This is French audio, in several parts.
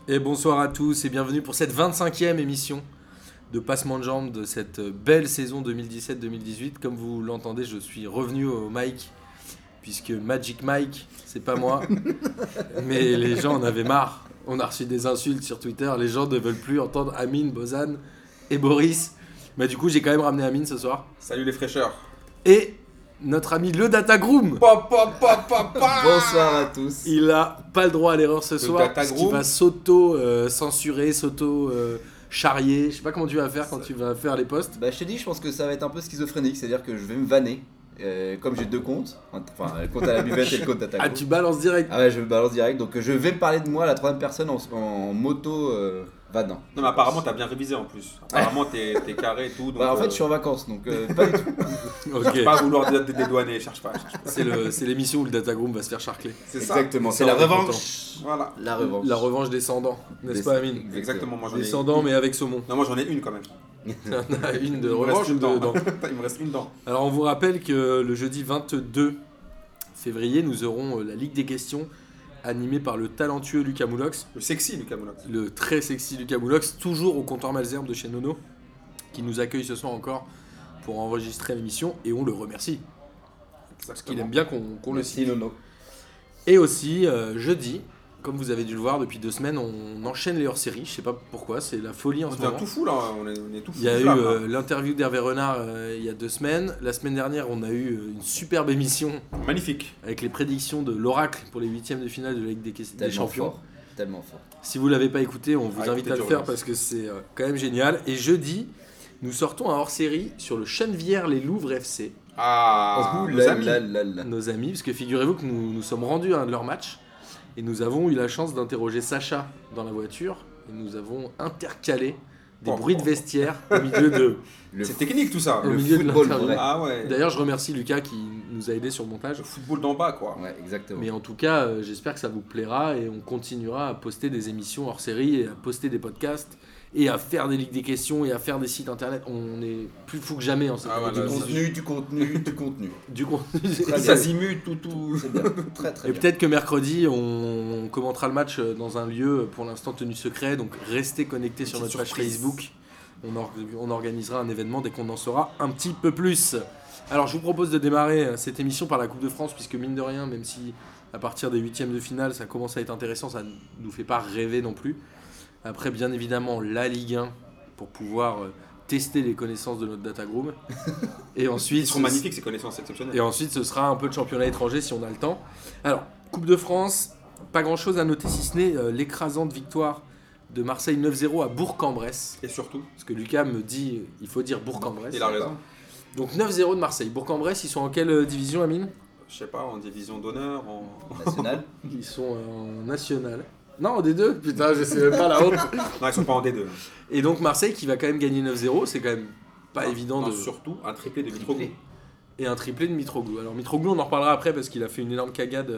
Et bonsoir à tous et bienvenue pour cette 25e émission de Passement de Jambes de cette belle saison 2017-2018. Comme vous l'entendez, je suis revenu au mic, puisque Magic Mike, c'est pas moi, mais les gens en avaient marre. On a reçu des insultes sur Twitter, les gens ne veulent plus entendre Amine, Bozan et Boris. Mais du coup, j'ai quand même ramené Amine ce soir. Salut les fraîcheurs. Et notre ami le Datagroom. Bonsoir à tous. Il a pas le droit à l'erreur ce soir, parce qu'il va s'auto-censurer, s'auto-charrier. Je sais pas comment tu vas faire quand tu vas faire les posts. Bah je t'ai dit, je pense que ça va être un peu schizophrénique, c'est-à-dire que je vais me vanner. Comme j'ai deux comptes, enfin le compte à la buvette et le compte à ta Ah, tu balances direct. Ah ouais, je balance direct, donc je vais me parler de moi à la troisième personne en moto vadin. Non mais apparemment t'as bien révisé en plus. Apparemment t'es carré et tout. Donc, Bah en fait je suis en vacances, donc pas du tout. Ok. Pas vouloir dédouaner, cherche pas. C'est l'émission où le Datagroom va se faire charcler. C'est ça. Exactement, Ça, c'est la on est revanche. Voilà. La revanche. La revanche descendant, n'est-ce pas Amine? Exactement, moi j'en ai Descendant mais avec saumon. Non, moi j'en ai une quand même. On a une de Il me revanche reste ou une de dent. dents. Il me reste une dent. Alors on vous rappelle que le jeudi 22 février, nous aurons la Ligue des questions animée par le talentueux Lucas Moulox, Le sexy Lucas Moulox. le très sexy Lucas Moulox, toujours au comptoir Malzerbe de chez Nono, qui nous accueille ce soir encore pour enregistrer l'émission et on le remercie parce qu'il aime bien qu'on le cite. Merci Nono. Et aussi jeudi, comme vous avez dû le voir depuis 2 semaines, on enchaîne les hors-séries. Je sais pas pourquoi, c'est la folie en On ce devient moment. tout fou là, on est tout fou. Il y a eu flamme, là. l'interview d'Hervé Renard il y a 2 semaines. La semaine dernière, on a eu une superbe émission Magnifique. avec les prédictions de l'Oracle pour les 8e de finale de la Ligue des Tellement Champions. fort. Tellement fort. Si vous l'avez pas écouté, on vous invite écoutez à le faire d'urgence. parce que c'est quand même génial. Et jeudi, nous sortons un hors-série sur le Chenevières-les-Louvres FC. Ah, Ouh nos là amis. là là là. Nos amis, parce que figurez-vous que nous sommes rendus à un de leurs matchs et nous avons eu la chance d'interroger Sacha dans la voiture et nous avons intercalé des bruits de vestiaire au milieu de... C'est technique tout ça. au le milieu de football l'interview. vrai. Ah ouais. D'ailleurs, je remercie Lucas qui nous a aidé sur le montage. Le football d'en bas quoi. Ouais, exactement. Mais en tout cas, j'espère que ça vous plaira et on continuera à poster des émissions hors série et à poster des podcasts et à faire des ligues des questions et à faire des sites internet. On est plus fou que jamais en cette Ah, année voilà, Du contenu. du contenu. Très Ça bien. zimute tout. C'est bien. Très très Et bien. peut-être que mercredi, on commentera le match dans un lieu pour l'instant tenu secret. Donc restez connectés sur notre page Surprise. Facebook. On organisera un événement dès qu'on en saura un petit peu plus. Alors je vous propose de démarrer cette émission par la Coupe de France, puisque mine de rien, même si à partir des 8e de finale ça commence à être intéressant, ça ne nous fait pas rêver non plus. Après bien évidemment la Ligue 1 pour pouvoir tester les connaissances de notre Datagroom. Et ensuite, Ils seront magnifiques ces connaissances exceptionnelles. et ensuite, ce sera un peu de championnat étranger si on a le temps. Alors, Coupe de France, pas grand-chose à noter si ce n'est l'écrasante victoire de Marseille 9-0 à Bourg-en-Bresse. Et surtout, Parce que Lucas me dit, il faut dire Bourg-en-Bresse. il a raison. Donc 9-0 de Marseille. Bourg-en-Bresse, ils sont en quelle division, Amine? Je sais pas, en division d'honneur, en... National. Ils sont en national. Non, en D2. Putain, je sais même pas la honte. Non, ils sont pas en D2. Et donc Marseille qui va quand même gagner 9-0, c'est quand même pas évident Non, de... surtout un triplé de Mitroglou. Et un triplé de Mitroglou. Alors Mitroglou, on en reparlera après parce qu'il a fait une énorme cagade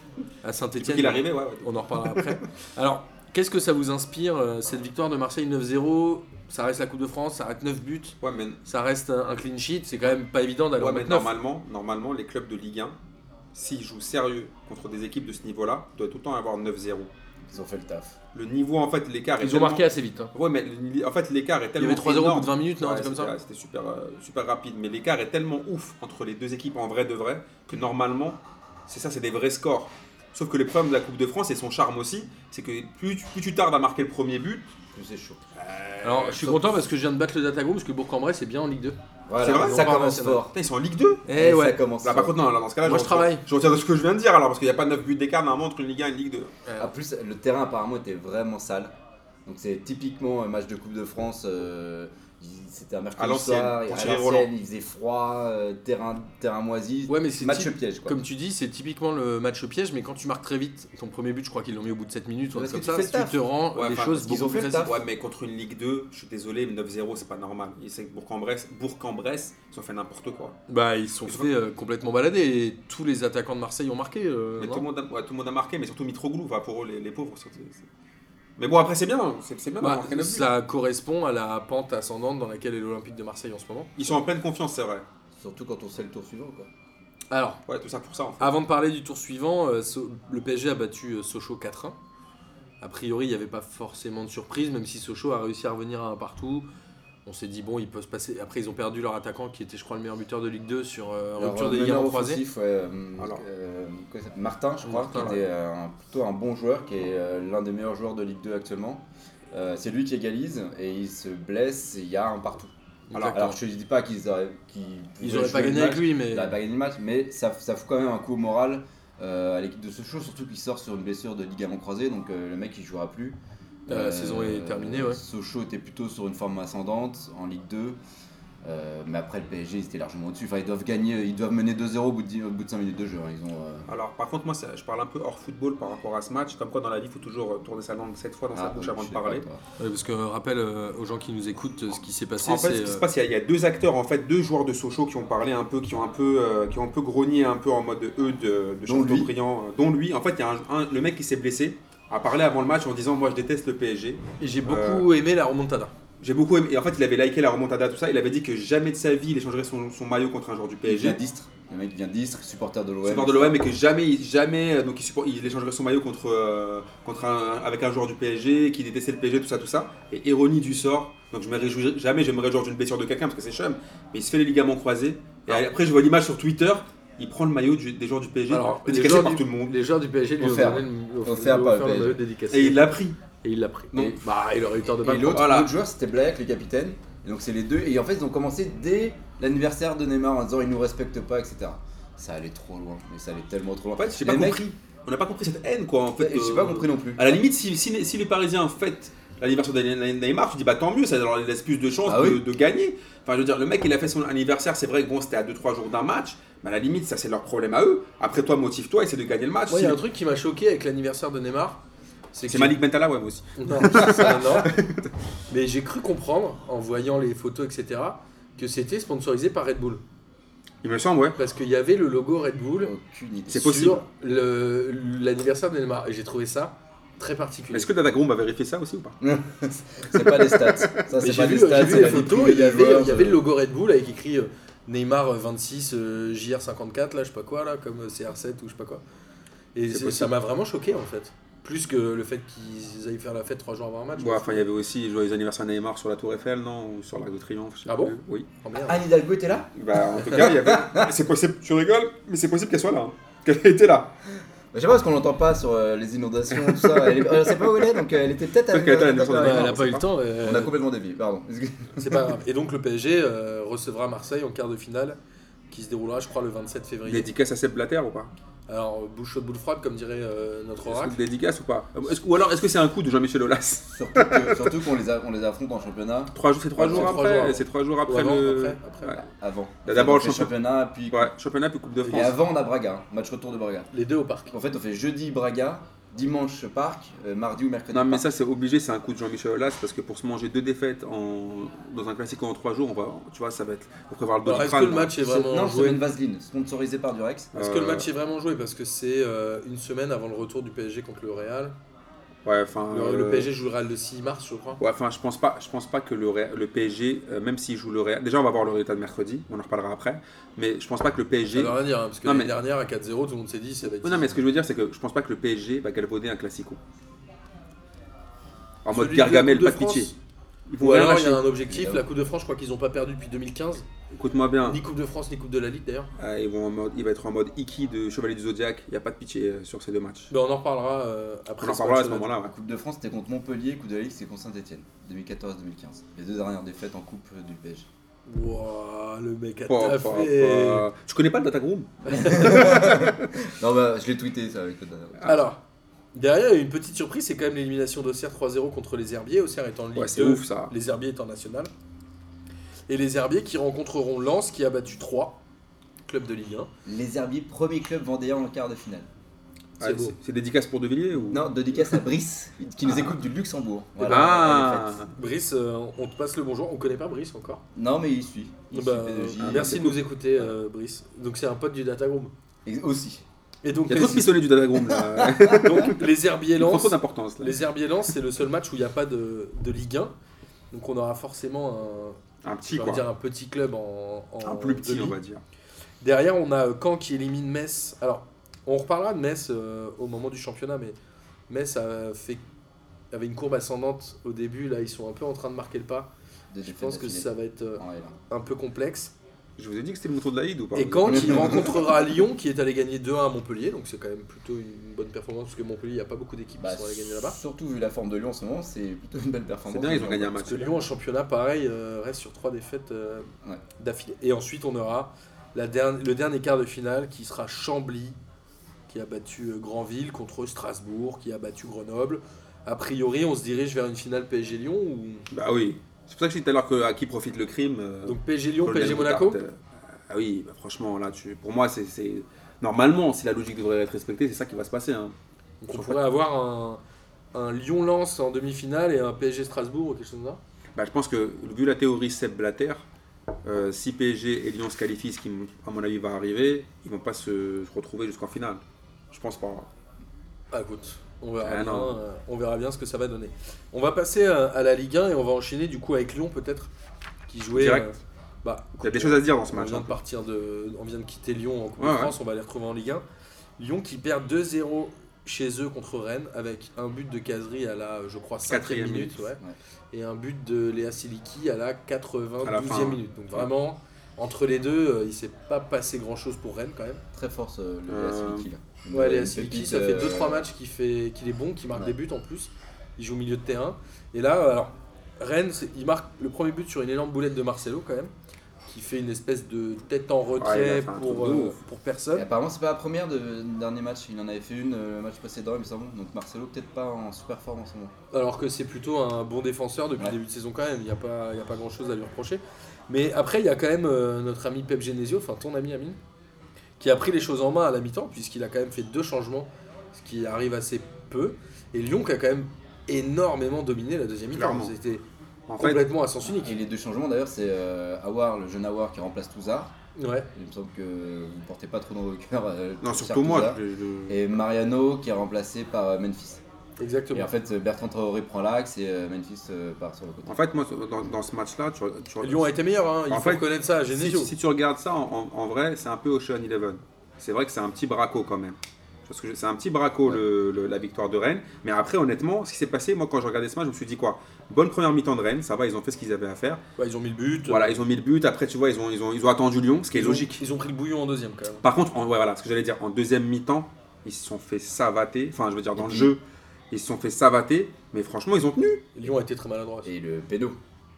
à Depuis Saint-Etienne. qu'il est arrivé, ouais. On en reparlera après. Alors, qu'est-ce que ça vous inspire, cette victoire de Marseille 9-0? Ça reste la Coupe de France, ça reste 9 buts, Ouais, mais, ça reste un clean sheet, c'est quand même pas évident d'aller en ouais, mais mettre 9. normalement, les clubs de Ligue 1, s'ils jouent sérieux contre des équipes de ce niveau-là, doivent tout le temps avoir 9-0. Ils ont fait le taf. Le niveau, en fait, l'écart est Ils ont tellement... marqué assez vite. Hein. Ouais, mais en fait, l'écart est Il y tellement avait 3-0 au énorme. bout de 20 minutes, non? Ouais, C'est comme ça. c'était super, super rapide. Mais l'écart est tellement ouf entre les deux équipes en vrai de vrai que normalement, c'est des vrais scores. Sauf que le problème de la Coupe de France et son charme aussi, c'est que plus tu tardes à marquer le premier but, Plus c'est chaud. Alors, je suis content parce que je viens de battre le Datagroom parce que Bourg-en-Bresse est bien en Ligue 2. Voilà, C'est vrai, ça on parle commence national. fort. putain, ils sont en Ligue 2. Eh Ça ouais. commence Là, par fort. contre, non, là, dans ce cas-là, Moi, je travaille. Je retire de ce que je viens de dire alors, parce qu'il n'y a pas 9 buts d'écart normalement entre une Ligue 1 et une Ligue 2. En plus, le terrain apparemment était vraiment sale. Donc c'est typiquement un match de Coupe de France. C'était un À mercredi l'ancienne, soir, pour à Thierry l'ancienne, Roland. il faisait froid, terrain moisi. Ouais, mais c'est match typ- piège quoi. Comme tu dis, c'est typiquement le match piège, mais quand tu marques très vite, ton premier but, je crois qu'ils l'ont mis au bout de 7 minutes ou un Parce truc que comme tu ça, fais le tu te taf. rends Ouais, les enfin, choses parce qu'ils beaucoup ont fait plus le faciles. taf. Ouais, mais contre une Ligue 2, je suis désolé, mais 9-0, c'est pas normal. Et c'est que Bourg-en-Bresse, ils ont fait n'importe quoi. Bah, ils se sont Ils fait complètement balader et tous les attaquants de Marseille ont marqué. Mais non tout le monde a marqué, mais surtout Mitroglou, enfin, pour eux, les pauvres. Mais bon, après, c'est bien, c'est bien Bah, d'avoir marqué 9 buts. ça correspond à la pente ascendante dans laquelle est l'Olympique de Marseille en ce moment. Ils sont en pleine confiance, c'est vrai. Surtout quand on sait le tour suivant quoi. Alors, Ouais, tout ça pour ça, en fait. avant de parler du tour suivant, le PSG a battu Sochaux 4-1. A priori, il n'y avait pas forcément de surprise, même si Sochaux a réussi à revenir à un partout. On s'est dit, bon, il peut se passer. Après, ils ont perdu leur attaquant qui était, je crois, le meilleur buteur de Ligue 2 sur rupture des ligaments croisés. Martin, je crois, Martin, qui était plutôt un bon joueur, qui est l'un des meilleurs joueurs de Ligue 2 actuellement. C'est lui qui égalise et il se blesse et il y a un partout. Alors je ne dis pas qu'ils auraient pas gagné avec lui, mais ils n'auraient pas gagné le match, mais ça fout quand même un coup au moral à l'équipe de Sochaux, surtout qu'il sort sur une blessure de ligament croisé, donc le mec il jouera plus. La saison est terminée, ouais. Sochaux était plutôt sur une forme ascendante en Ligue 2. Mais après le PSG ils étaient largement au-dessus. Enfin, ils doivent mener 2-0 au bout de 5 minutes de jeu. Alors par contre moi je parle un peu hors football par rapport à ce match. Comme quoi dans la vie il faut toujours tourner sa langue 7 fois dans sa bouche avant de parler. Parce que rappelle aux gens qui nous écoutent ce qui s'est passé. En fait ce qui se passe, il y a deux acteurs, en fait, deux joueurs de Sochaux qui ont parlé un peu, qui ont un peu grogné un peu en mode de Chateaubriand, dont lui. En fait il y a le mec qui s'est blessé a parlé avant le match en disant moi je déteste le PSG. Et j'ai beaucoup aimé la remontada. J'ai beaucoup aimé. Et en fait, il avait liké la remontada, tout ça. Il avait dit que jamais de sa vie il échangerait son maillot contre un joueur du PSG. Il vient d'Istres. Le mec vient d'Istres, supporter de l'OM. Supporter de l'OM, mais que jamais donc il échangerait son maillot avec un joueur du PSG, qui détestait le PSG, tout ça. Et ironie du sort. Donc jamais je me réjouis d'une blessure de quelqu'un parce que c'est chum. Mais il se fait les ligaments croisés. Et après, je vois l'image sur Twitter. Il prend le maillot des joueurs du PSG, dédicacé par tout le monde. Les joueurs du PSG lui ont offert le maillot dédicacé. Et il l'a pris. Et il l'a pris. Il aurait eu tort de pas le prendre. L'autre joueur c'était Black, le capitaine. Et donc c'est les deux. Et en fait ils ont commencé dès l'anniversaire de Neymar en disant ils nous respectent pas, etc. Ça allait trop loin. Mais ça allait tellement trop loin. En fait, j'ai pas compris. On n'a pas compris cette haine quoi. En fait, j'ai pas compris non plus. À la limite, si les Parisiens fêtent l'anniversaire de Neymar, tu dis bah tant mieux, ça leur laisse plus de chances de gagner. Enfin, je veux dire, le mec il a fait son anniversaire, c'est vrai que bon, c'était à 2-3 jours d'un match, mais à la limite, ça c'est leur problème à eux. Après, toi, motive-toi, essaie de gagner le match. Moi, il y a un truc qui m'a choqué avec l'anniversaire de Neymar. C'est Malik Bentala, ouais, moi aussi. Non, mais j'ai cru comprendre, en voyant les photos, etc., que c'était sponsorisé par Red Bull. Il me semble, ouais. Parce qu'il y avait le logo Red Bull c'est possible. Sur l'anniversaire de Neymar. Et j'ai trouvé ça très particulier. Est-ce que Datagroom va vérifier ça aussi ou pas? C'est pas des stats. Ça, c'est pas des stats. J'ai vu les photos, il y avait le logo Red Bull avec écrit Neymar 26, JR54, là, je sais pas quoi, là, comme CR7 ou je sais pas quoi. Et ça m'a vraiment choqué en fait. Plus que le fait qu'ils aillent faire la fête 3 jours avant un match. Ouais, enfin, il y avait aussi joyeux anniversaire Neymar sur la Tour Eiffel, non? Ou sur l'Arc de Triomphe. Ah bon? Oui. Anne Hidalgo était là? Bah, en tout cas, il y avait. C'est possible, tu rigoles, mais c'est possible qu'elle soit là. Hein. Qu'elle était là. Je sais pas parce qu'on l'entend pas sur les inondations, tout ça. Elle sait pas où elle est, donc elle était peut-être avec. Elle n'a pas eu le temps. On a complètement dévié, pardon. C'est pas grave. Et donc le PSG recevra Marseille en quart de finale, qui se déroulera, je crois, le 27 février. Dédicace à Sepp Blatter ou pas? Alors, bouche chaude, boule froide, comme dirait notre oracle. Dédicace ou pas? Ou alors, est-ce que c'est un coup de Jean-Michel Aulas? Surtout qu'on les affronte en championnat. C'est 3 jours après. C'est 3 jours après le. Avant. D'abord le championnat, puis. Ouais, championnat puis Coupe de France. Et avant, on a Braga, match retour de Braga. Les deux au parc. En fait, on fait jeudi Braga, dimanche parc, mardi ou mercredi. Non, mais ça, c'est obligé, c'est un coup de Jean-Michel Aulas parce que pour se manger 2 défaites dans un classique en 3 jours, tu vois, ça va être. Faut prévoir le dos. Est-ce que le match est vraiment Non, joué? c'est une Vaseline, sponsorisé par Durex. Est-ce que le match est vraiment joué? Parce que c'est une semaine avant le retour du PSG contre le Real. Ouais, enfin. Le PSG joue le Real le 6 mars, je crois. Ouais, enfin, je pense pas que le PSG, même s'il joue le Real. Déjà, on va voir le résultat de mercredi, on en reparlera après. Mais je pense pas que le PSG. Ça veut rien dire, hein, parce que l'année dernière, à 4-0, tout le monde s'est dit ça va être. Non, mais ce que je veux dire, c'est que je pense pas que le PSG va galvauder un classico. En mode Gargamel, pas de pitié. Ou alors il y a un objectif, la Coupe de France, je crois qu'ils n'ont pas perdu depuis 2015. Écoute-moi bien. Ni Coupe de France, ni Coupe de la Ligue d'ailleurs. Il va être en mode Iki de Chevalier du Zodiac, il n'y a pas de pitié sur ces 2 matchs. Ben, on en reparlera après. On en reparlera à ce moment-là. La Coupe de France c'était contre Montpellier, Coupe de la Ligue c'était contre Saint-Etienne, 2014-2015. Les 2 dernières défaites en Coupe du PSG. Wouah, le mec a taffé. Tu connais pas le Datagroom? Non, bah je l'ai tweeté ça avec le Datagroom. Alors. Derrière, il y a une petite surprise, c'est quand même l'élimination d'Auxerre 3-0 contre les Herbiers. Auxerre étant en Ligue 2, ouf, ça. Les Herbiers étant national. Et les Herbiers qui rencontreront Lens qui a battu 3, club de Ligue 1. Les Herbiers, premier club vendéen en quart de finale. C'est beau. C'est dédicace pour De Villiers ou... Non, dédicace à Brice, qui nous écoute du Luxembourg. Voilà, Brice, on te passe le bonjour. On connaît pas Brice encore? Non, mais il suit. Merci de nous écouter, Brice. Donc c'est un pote du Datagroom. Aussi. Et donc, il y a trop de pistolets du Datagroom là. Donc les Herbiers Lens, trop d'importance là. Les Herbiers Lens, c'est le seul match où il n'y a pas de Ligue 1. Donc on aura forcément un petit club un plus petit, on va dire. Derrière, on a Caen qui élimine Metz. Alors, on reparlera de Metz au moment du championnat, mais Metz a fait avait une courbe ascendante au début. Là, ils sont un peu en train de marquer le pas. Je pense que ça va être un peu complexe. Je vous ai dit que c'était le mouton de l'Aïd ou pas? Et quand il rencontrera Lyon, qui est allé gagner 2-1 à Montpellier, donc c'est quand même plutôt une bonne performance, parce que Montpellier, il n'y a pas beaucoup d'équipes qui sont allées gagner là-bas. Surtout vu la forme de Lyon en ce moment, c'est plutôt une belle performance. C'est bien, ils ont gagné un match. Parce que Lyon en championnat, pareil, reste sur 3 défaites d'affilée. Et ensuite, on aura le dernier quart de finale qui sera Chambly, qui a battu Granville contre Strasbourg, qui a battu Grenoble. A priori, on se dirige vers une finale PSG-Lyon ou... Bah oui. C'est pour ça que je disais tout à l'heure à qui profite le crime. Donc PSG-Lyon, PSG-Monaco. Ah oui, bah franchement, là, pour moi, c'est normalement, si la logique devrait être respectée, c'est ça qui va se passer. Hein. Donc on pourrait avoir un Lyon-Lens en demi-finale et un PSG-Strasbourg ou quelque chose comme ça. Bah, je pense que, vu la théorie Sepp Blatter, si PSG et Lyon se qualifient, ce qui, à mon avis, va arriver, ils vont pas se retrouver jusqu'en finale. Je pense pas. Ah, écoute, on verra bien ce que ça va donner. On va passer à la Ligue 1 et on va enchaîner du coup avec Lyon peut-être, qui jouait... Direct. Il y a des choses à se dire dans ce match. On vient de quitter Lyon en Coupe de France, on va les retrouver en Ligue 1. Lyon qui perd 2-0 chez eux contre Rennes avec un but de Cazerie à la, je crois, 4e minute. Et un but de Léa Siliki à la 92e minute. Donc vraiment, entre les deux, il ne s'est pas passé grand-chose pour Rennes quand même. Très fort le Léa Siliki là. Ouais, Léa Siliki, ça fait 2-3 matchs qu'il est bon, qu'il marque des buts en plus. Il joue au milieu de terrain. Et là, alors, Rennes, il marque le premier but sur une énorme boulette de Marcelo quand même, qui fait une espèce de tête en retrait pour personne. Et apparemment, c'est pas la première de dernier match. Il en avait fait une le match précédent, il me semble. Donc Marcelo, peut-être pas en super forme en ce moment. Alors que c'est plutôt un bon défenseur depuis le début de saison quand même. Il n'y a pas grand-chose à lui reprocher. Mais après, il y a quand même notre ami Pep Genesio, enfin ton ami Amine, qui a pris les choses en main à la mi-temps, puisqu'il a quand même fait 2 changements, ce qui arrive assez peu. Et Lyon qui a quand même énormément dominé la deuxième mi-temps. C'était complètement à sens unique. Et les 2 changements d'ailleurs, c'est Aouar, le jeune Aouar qui remplace Touzard. Ouais. Il me semble que vous ne portez pas trop dans vos cœurs. Non, surtout moi. Et Mariano qui est remplacé par Memphis. Exactement. Et en fait, Bertrand Traoré prend l'axe et Memphis part sur le côté. En fait, moi, dans ce match-là, Lyon a été meilleur, hein. Il faut reconnaître ça à Genesio. Si tu regardes ça, en vrai, c'est un peu Ocean Eleven. C'est vrai que c'est un petit braco quand même. Parce que c'est un petit braco la victoire de Rennes. Mais après, honnêtement, ce qui s'est passé, moi quand je regardais ce match, je me suis dit quoi? Bonne première mi-temps de Rennes, ça va, ils ont fait ce qu'ils avaient à faire. Ils ont mis le but. Voilà, ils ont mis le but. Après, tu vois, ils ont attendu Lyon, ce qui est logique. Ils ont pris le bouillon en deuxième quand même. Par contre, ce que j'allais dire, en deuxième mi-temps, ils se sont fait savater. Enfin, je veux dire, dans le jeu, ils se sont fait savater. Mais franchement, ils ont tenu. Lyon a été très maladroit. Et le péno.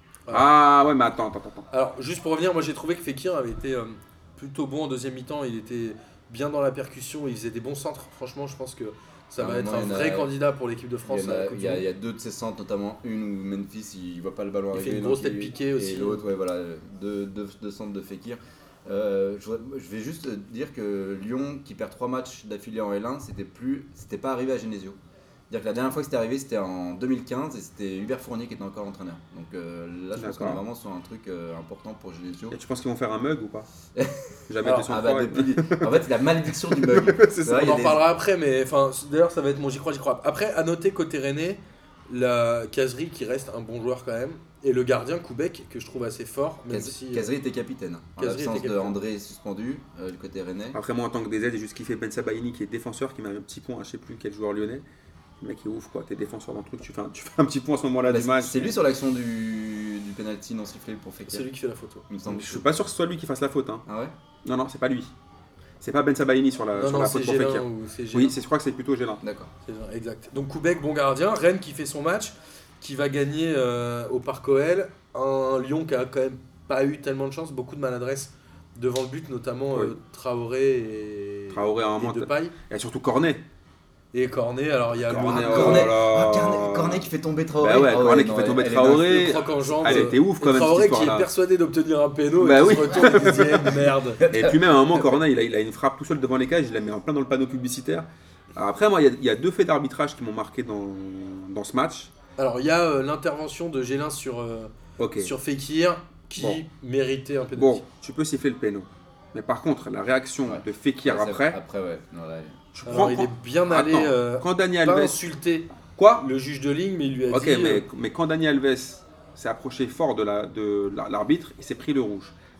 Ah ouais, mais attends. Alors, juste pour revenir, moi j'ai trouvé que Fekir avait été plutôt bon en deuxième mi-temps. Il était bien dans la percussion, il faisait des bons centres. Franchement, je pense que ça va être un vrai candidat pour l'équipe de France. Il y a 2 de ses centres, notamment une où Memphis il voit pas le ballon arriver. Il fait une grosse tête piquée aussi. Et l'autre, deux centres de Fekir. Je vais juste dire que Lyon, qui perd 3 matchs d'affilée en L1, c'était pas arrivé à Genesio. C'est-à-dire que la dernière fois que c'était arrivé, c'était en 2015 et c'était Hubert Fournier qui était encore l'entraîneur. Donc là, je pense qu'on est vraiment sur un truc important pour Genesio. Et tu penses qu'ils vont faire un mug ou pas? Jamais été sur En fait, la malédiction du mug. On en parlera après, mais d'ailleurs, ça va être mon j'y crois. Après, à noter côté rennais, la Cazerie qui reste un bon joueur quand même, et le gardien Koubek que je trouve assez fort. Cazerie était capitaine. En l'absence de André suspendu, du côté rennais. Après, moi en tant que DZ, j'ai juste kiffé Ben Sabaini qui est défenseur, qui m'a un petit point à je sais plus quel joueur lyonnais. Le mec est ouf quoi, t'es défenseur dans le truc, tu fais un petit point à ce moment-là du match. C'est lui sur l'action du penalty non sifflé pour Fekir. C'est lui qui fait la photo. Je suis pas sûr que ce soit lui qui fasse la faute. Hein. Ah ouais? Non, c'est pas lui. C'est pas Ben Sabaini sur la faute pour Fekir. Oui, je crois que c'est plutôt Gélin. D'accord. Exact. Donc Koubek, bon gardien, Rennes qui fait son match, qui va gagner au Parc OL. Un Lyon qui a quand même pas eu tellement de chance, beaucoup de maladresse devant le but, notamment Traoré et Depay. Et surtout Cornet. Et Cornet, alors il y a Cornet qui fait tomber Traoré. Bah ouais, Cornet qui fait tomber Traoré. Le croc en jambe. Elle était ouf quand même. Traoré qui est persuadé d'obtenir un péno et qui se retourne et qui se dit merde. Et puis même à un moment, Cornet il a une frappe tout seul devant les cages, il la met en plein dans le panneau publicitaire. Alors après, moi il y a 2 faits d'arbitrage qui m'ont marqué dans ce match. Alors il y a l'intervention de Gélin sur Fekir qui méritait un péno. Bon, tu peux siffler le péno. Mais par contre, la réaction de Fekir après. Alors, il est bien allé quand Dani Alves insulter le juge de ligne, mais il lui a dit... mais quand Dani Alves s'est approché fort de l'arbitre, il s'est pris le rouge.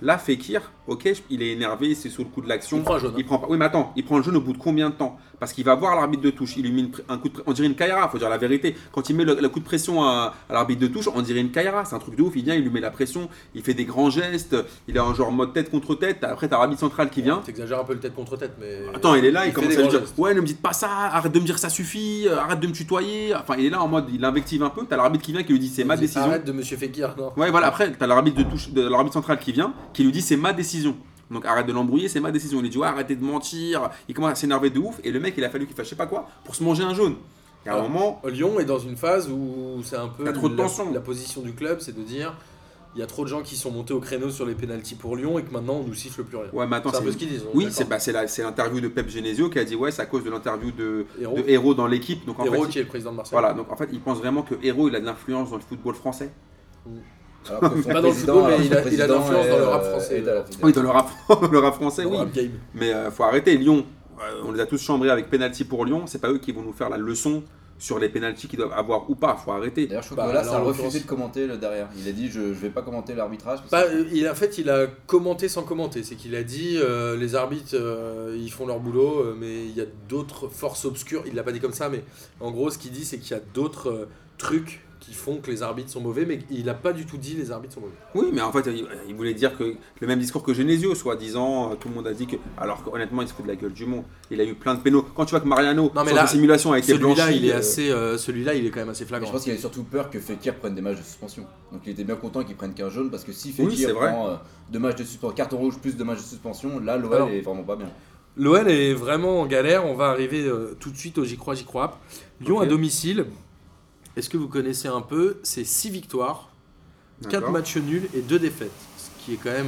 Là, Fekir, ok, il est énervé, c'est sous le coup de l'action. Il prend un jaune. Oui, mais attends, il prend le jaune au bout de combien de temps? Parce qu'il va voir l'arbitre de touche, il lui met un coup de on dirait une Kaira, faut dire la vérité. Quand il met le coup de pression à l'arbitre de touche, on dirait une Kaira, c'est un truc de ouf. Il vient, il lui met la pression, il fait des grands gestes, il est en genre mode tête contre tête. Après, t'as l'arbitre central qui vient. T'exagères un peu le tête contre tête, mais. Attends, il est là, il commence à lui dire gestes. ouais, ne me dites pas ça, arrête de me dire ça suffit, arrête de me tutoyer. Enfin, il est là en mode, il invective un peu. T'as l'arbitre qui vient qui lui dit c'est ma décision. Arrête de Monsieur Fekir, non. Ouais, voilà, après, t'as l'arbitre de touche, l'arbitre central qui vient, qui lui dit c'est ma décision. Donc arrête de l'embrouiller, c'est ma décision. Il dit ouais, arrêtez de mentir. Il commence à s'énerver de ouf. Et le mec, il a fallu qu'il fasse je sais pas quoi pour se manger un jaune. Et à un moment. Lyon est dans une phase où c'est un peu. Il y a trop de tension. La position du club, c'est de dire il y a trop de gens qui sont montés au créneau sur les pénaltys pour Lyon et que maintenant on nous siffle plus rien. Ouais, mais attends, c'est un peu ce qu'ils disent. Oui, c'est l'interview de Pep Genesio qui a dit ouais, c'est à cause de l'interview de Hérault dans l'équipe. Donc Hérault qui est le président de Marseille. Voilà, donc en fait, il pense vraiment que Hérault il a de l'influence dans le football français. Alors que pas dans le football, mais il a de l'influence dans le rap français. Oui, dans le rap français, oui. Rap game. Mais faut arrêter. Lyon, on les a tous chambrés avec penalty pour Lyon. C'est pas eux qui vont nous faire la leçon sur les penalties qu'ils doivent avoir ou pas. Faut arrêter. D'ailleurs, je trouve que là, ça a refusé de commenter le derrière. Il a dit je vais pas commenter l'arbitrage. En fait, il a commenté sans commenter. C'est qu'il a dit les arbitres ils font leur boulot, mais il y a d'autres forces obscures. Il l'a pas dit comme ça, mais en gros, ce qu'il dit, c'est qu'il y a d'autres trucs qui font que les arbitres sont mauvais, mais il n'a pas du tout dit les arbitres sont mauvais. Oui, mais en fait, il voulait dire que le même discours que Genesio, soi-disant, tout le monde a dit que. Alors qu'honnêtement, il se fout de la gueule du monde. Il a eu plein de pénaux. Quand tu vois que Mariano, non, mais sur là, la simulation a été blanchi. Celui-là, il est quand même assez flagrant. Je pense qu'il avait surtout peur que Fekir prenne des matchs de suspension. Donc il était bien content qu'il prenne qu'un jaune, parce que si Fekir prend 2 matchs de suspension, carton rouge plus 2 matchs de suspension, là, l'OL est vraiment pas bien. L'OL est vraiment en galère. On va arriver tout de suite au J'y crois. Lyon à domicile. Est-ce que vous connaissez un peu? C'est 6 victoires, 4 matchs nuls et 2 défaites. Ce qui est quand même.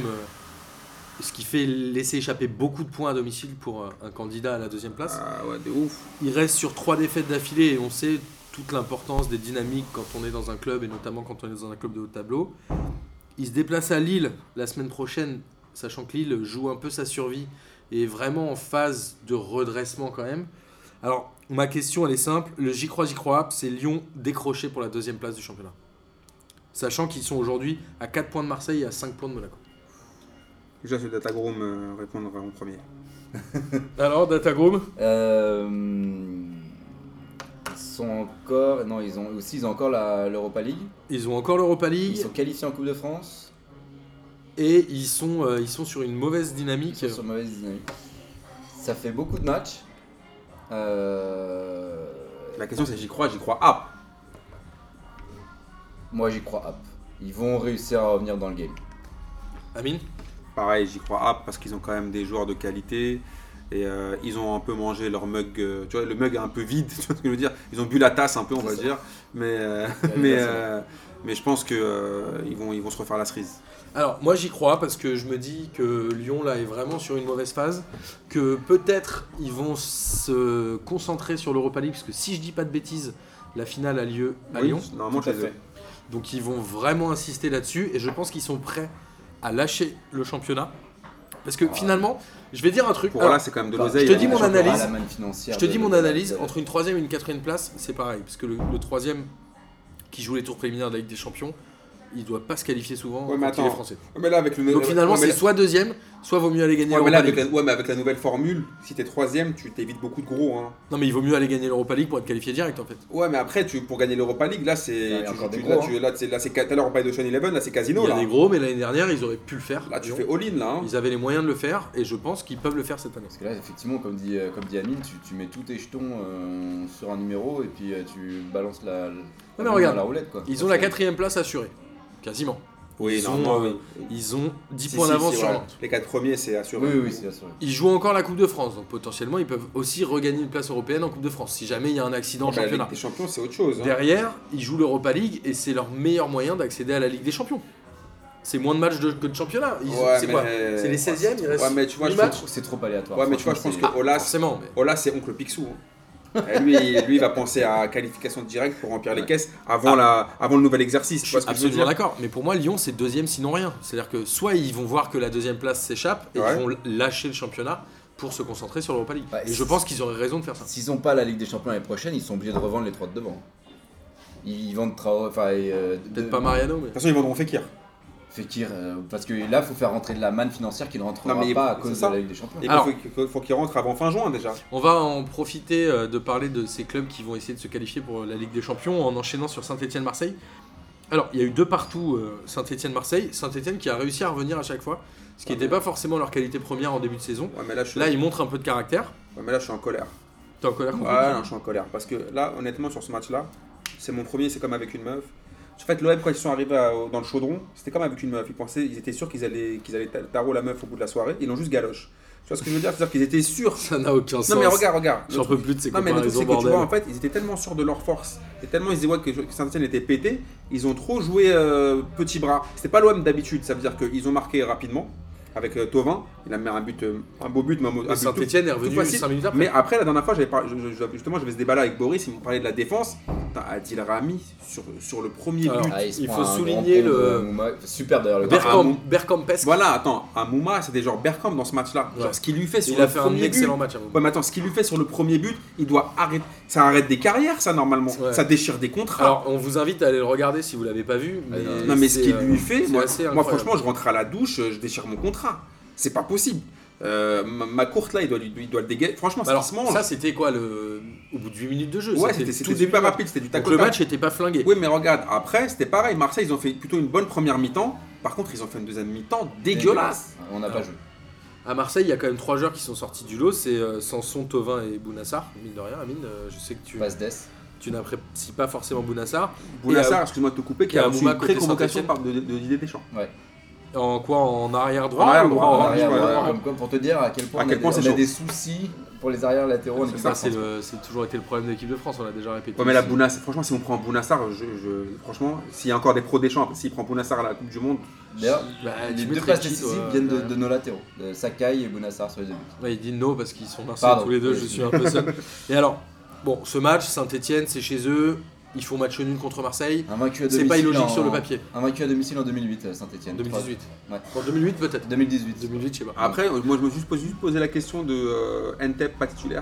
Ce qui fait laisser échapper beaucoup de points à domicile pour un candidat à la deuxième place. Ah ouais, de ouf. Il reste sur 3 défaites d'affilée et on sait toute l'importance des dynamiques quand on est dans un club et notamment quand on est dans un club de haut tableau. Il se déplace à Lille la semaine prochaine, sachant que Lille joue un peu sa survie et est vraiment en phase de redressement quand même. Alors, ma question, elle est simple. Le J'y crois, c'est Lyon décroché pour la deuxième place du championnat. Sachant qu'ils sont aujourd'hui à 4 points de Marseille et à 5 points de Monaco. Déjà, c'est Datagroom répondra en premier. Alors, Datagroom Ils sont encore... Non, ils ont encore l'Europa League. Ils ont encore l'Europa League. Ils sont qualifiés en Coupe de France. Et ils sont sur une mauvaise dynamique. Ils sont sur une mauvaise dynamique. Ça fait beaucoup de matchs. La question c'est j'y crois up. Moi j'y crois up. Ils vont réussir à revenir dans le game. Amine? Pareil, j'y crois up parce qu'ils ont quand même des joueurs de qualité et ils ont un peu mangé leur mug. Tu vois, le mug est un peu vide, tu vois ce que je veux dire. Ils ont bu la tasse un peu, on va dire. Mais je pense que ils vont se refaire la cerise. Alors, moi j'y crois parce que je me dis que Lyon là est vraiment sur une mauvaise phase, que peut-être ils vont se concentrer sur l'Europa League, parce que si je dis pas de bêtises, la finale a lieu à Lyon. Normalement, tout à fait. Donc ils vont vraiment insister là-dessus et je pense qu'ils sont prêts à lâcher le championnat. Parce que finalement, je vais dire un truc. Pour là, c'est quand même de l'oseille. Je te dis mon analyse. Je te dis mon analyse entre une 3e et une 4e place, c'est pareil. Parce que le 3e qui joue les tours préliminaires de la Ligue des Champions, il ne doit pas se qualifier souvent quand il est français. Mais là, avec donc finalement, c'est soit 2e, soit vaut mieux aller gagner l'Europa League. Mais avec la nouvelle formule, si t'es 3e, tu t'évites beaucoup de gros. Hein. Non, mais il vaut mieux aller gagner l'Europa League pour être qualifié direct en fait. Ouais, mais après, pour gagner l'Europa League, là, c'est. Là, c'est tout à l'heure on parlait de Ocean Eleven, là, c'est casino. Il y a des gros, mais l'année dernière, ils auraient pu le faire. Là, tu fais all-in là. Ils avaient les moyens de le faire et je pense qu'ils peuvent le faire cette année. Parce que là, effectivement, comme dit Amine, tu mets tous tes jetons sur un numéro et puis tu balances la roulette. Quoi. Ils ont la 4e place assurée. Quasiment. Oui, ils ont 10 points d'avance sur Nantes. Les 4 premiers, c'est assuré. Oui, c'est assuré. Ils jouent encore la Coupe de France, donc potentiellement ils peuvent aussi regagner une place européenne en Coupe de France si jamais il y a un accident en championnat. La Ligue des Champions, c'est autre chose. Hein. Derrière, ils jouent l'Europa League et c'est leur meilleur moyen d'accéder à la Ligue des Champions. C'est moins de matchs que de championnat. C'est quoi? C'est les 16e, il reste 8 matchs. C'est trop aléatoire. Ouais, mais tu vois, je pense que Olas, c'est oncle Picsou. Hein. Lui, il va penser à qualification directe pour remplir les caisses avant le nouvel exercice. Je suis absolument d'accord. Mais pour moi, Lyon, c'est 2e sinon rien. C'est-à-dire que soit ils vont voir que la 2e place s'échappe et ils vont lâcher le championnat pour se concentrer sur l'Europa League. Et je pense qu'ils auraient raison de faire ça. S'ils n'ont pas la Ligue des Champions l'année prochaine, ils sont obligés de revendre les 3 de devant. Ils vendent peut-être pas Mariano, mais... De toute façon, ils vendront Fekir. Fekir, parce que là, il faut faire rentrer de la manne financière qui ne rentrera pas à cause de la Ligue des Champions. Et Alors, il faut qu'il rentre avant fin juin déjà. On va en profiter de parler de ces clubs qui vont essayer de se qualifier pour la Ligue des Champions en enchaînant sur Saint-Etienne-Marseille. Alors, il y a eu 2 partout Saint-Etienne-Marseille. Saint-Etienne qui a réussi à revenir à chaque fois, ce qui n'était pas forcément leur qualité première en début de saison. Ouais, mais Là, ils montrent un peu de caractère. Ouais, mais là, je suis en colère. T'es en colère contre Ouais, non, je suis en colère. Parce que là, honnêtement, sur ce match-là, c'est mon premier, c'est comme avec une meuf. En fait, l'OM, quand ils sont arrivés dans le chaudron, c'était comme avec une meuf. Ils étaient sûrs qu'ils allaient tarot la meuf au bout de la soirée. Ils l'ont juste galoche. Tu vois ce que je veux dire? C'est-à-dire qu'ils étaient sûrs. Ça n'a aucun sens. Non, mais regarde. J'en peux plus de ces Non, mais le truc, comparaisons, c'est que tu bordel. vois, en fait, ils étaient tellement sûrs de leur force. Et tellement ils disaient ouais, que Saint-Etienne était pété. Ils ont trop joué petit bras. C'était pas l'OM d'habitude. Ça veut dire qu'ils ont marqué rapidement. Avec Thauvin, il a mis un beau but, mais un but Saint-Etienne est revenu facile. 5 minutes après. Mais après, la dernière fois, justement, j'avais ce débat-là avec Boris, il me parlait de la défense. Adil Rami, sur le premier Alors, but. il faut souligner le- Super d'ailleurs le Bergkampesque. Voilà, attends, un Mouma, c'était genre Bergkamp dans ce match-là. Ouais. Genre, ce qu'il lui fait sur Il a le fait un premier but. excellent match à vous. Ouais, mais attends, ce qu'il lui fait sur le premier but, il doit arrêter. Ça arrête des carrières, ça, normalement. Ouais. Ça déchire des contrats. Alors, on vous invite à aller le regarder si vous l'avez pas vu. Mais non, mais ce c'est, qu'il lui fait, c'est moi, assez moi, incroyable. franchement, je rentre à la douche, je déchire mon contrat. C'est pas possible. Ma courte là, il doit le dégager. Franchement, Alors, ce qui se mange. ça, c'était quoi au bout de 8 minutes de jeu? Ouais, C'était c'était tout début super de match. rapide, c'était du tac Donc au le tac. match était pas flingué. Oui, mais regarde, après, c'était pareil. Marseille, ils ont fait plutôt une bonne première mi-temps. Par contre, ils ont fait une deuxième mi-temps dégueulasse. On n'a pas joué. À Marseille, il y a quand même 3 joueurs qui sont sortis du lot. C'est Sanson, Thauvin et Bounassar. Mine de rien, Amine, je sais que Passe d'Es. tu n'apprécies pas forcément Bounassar. Bounassar, excuse-moi de te couper, qui et a à reçu Mouma une côté pré-convocation Saint-Etienne. de Didier Deschamps. Ouais. En quoi? En arrière droit En arrière ou droit, en- en Arrière, ouais, voilà, ouais. comme quoi, pour te dire à quel point À quel point c'est on a chaud. des soucis pour les arrières latéraux en équipe de Ça, France. c'est toujours été le problème de l'équipe de France, on l'a déjà répété. Ouais, mais la aussi. Bounassar, franchement, si on prend Bounassar, franchement, s'il y a encore des pros Deschamps, s'il prend Bounassar à la Coupe du Monde, D'ailleurs, Bah, les tu deux mettrais passes qui, décisives toi, viennent derrière de nos latéraux, de Sakai et Bounassar sur les deux buts. Ouais, il dit no parce qu'ils sont marseillais Pardon. tous les deux, Oui, je c'est suis un peu seul. Et alors, bon, ce match, Saint-Etienne, c'est chez eux, ils font match nul contre Marseille. Un vaincu à C'est domicile. pas illogique sur le papier. Un vaincu à domicile en 2008, Saint-Etienne. 2018. Ouais. En 2008 peut-être. 2018. 2008, je sais pas. après, moi, je me suis juste posé la question de Ntep pas titulaire.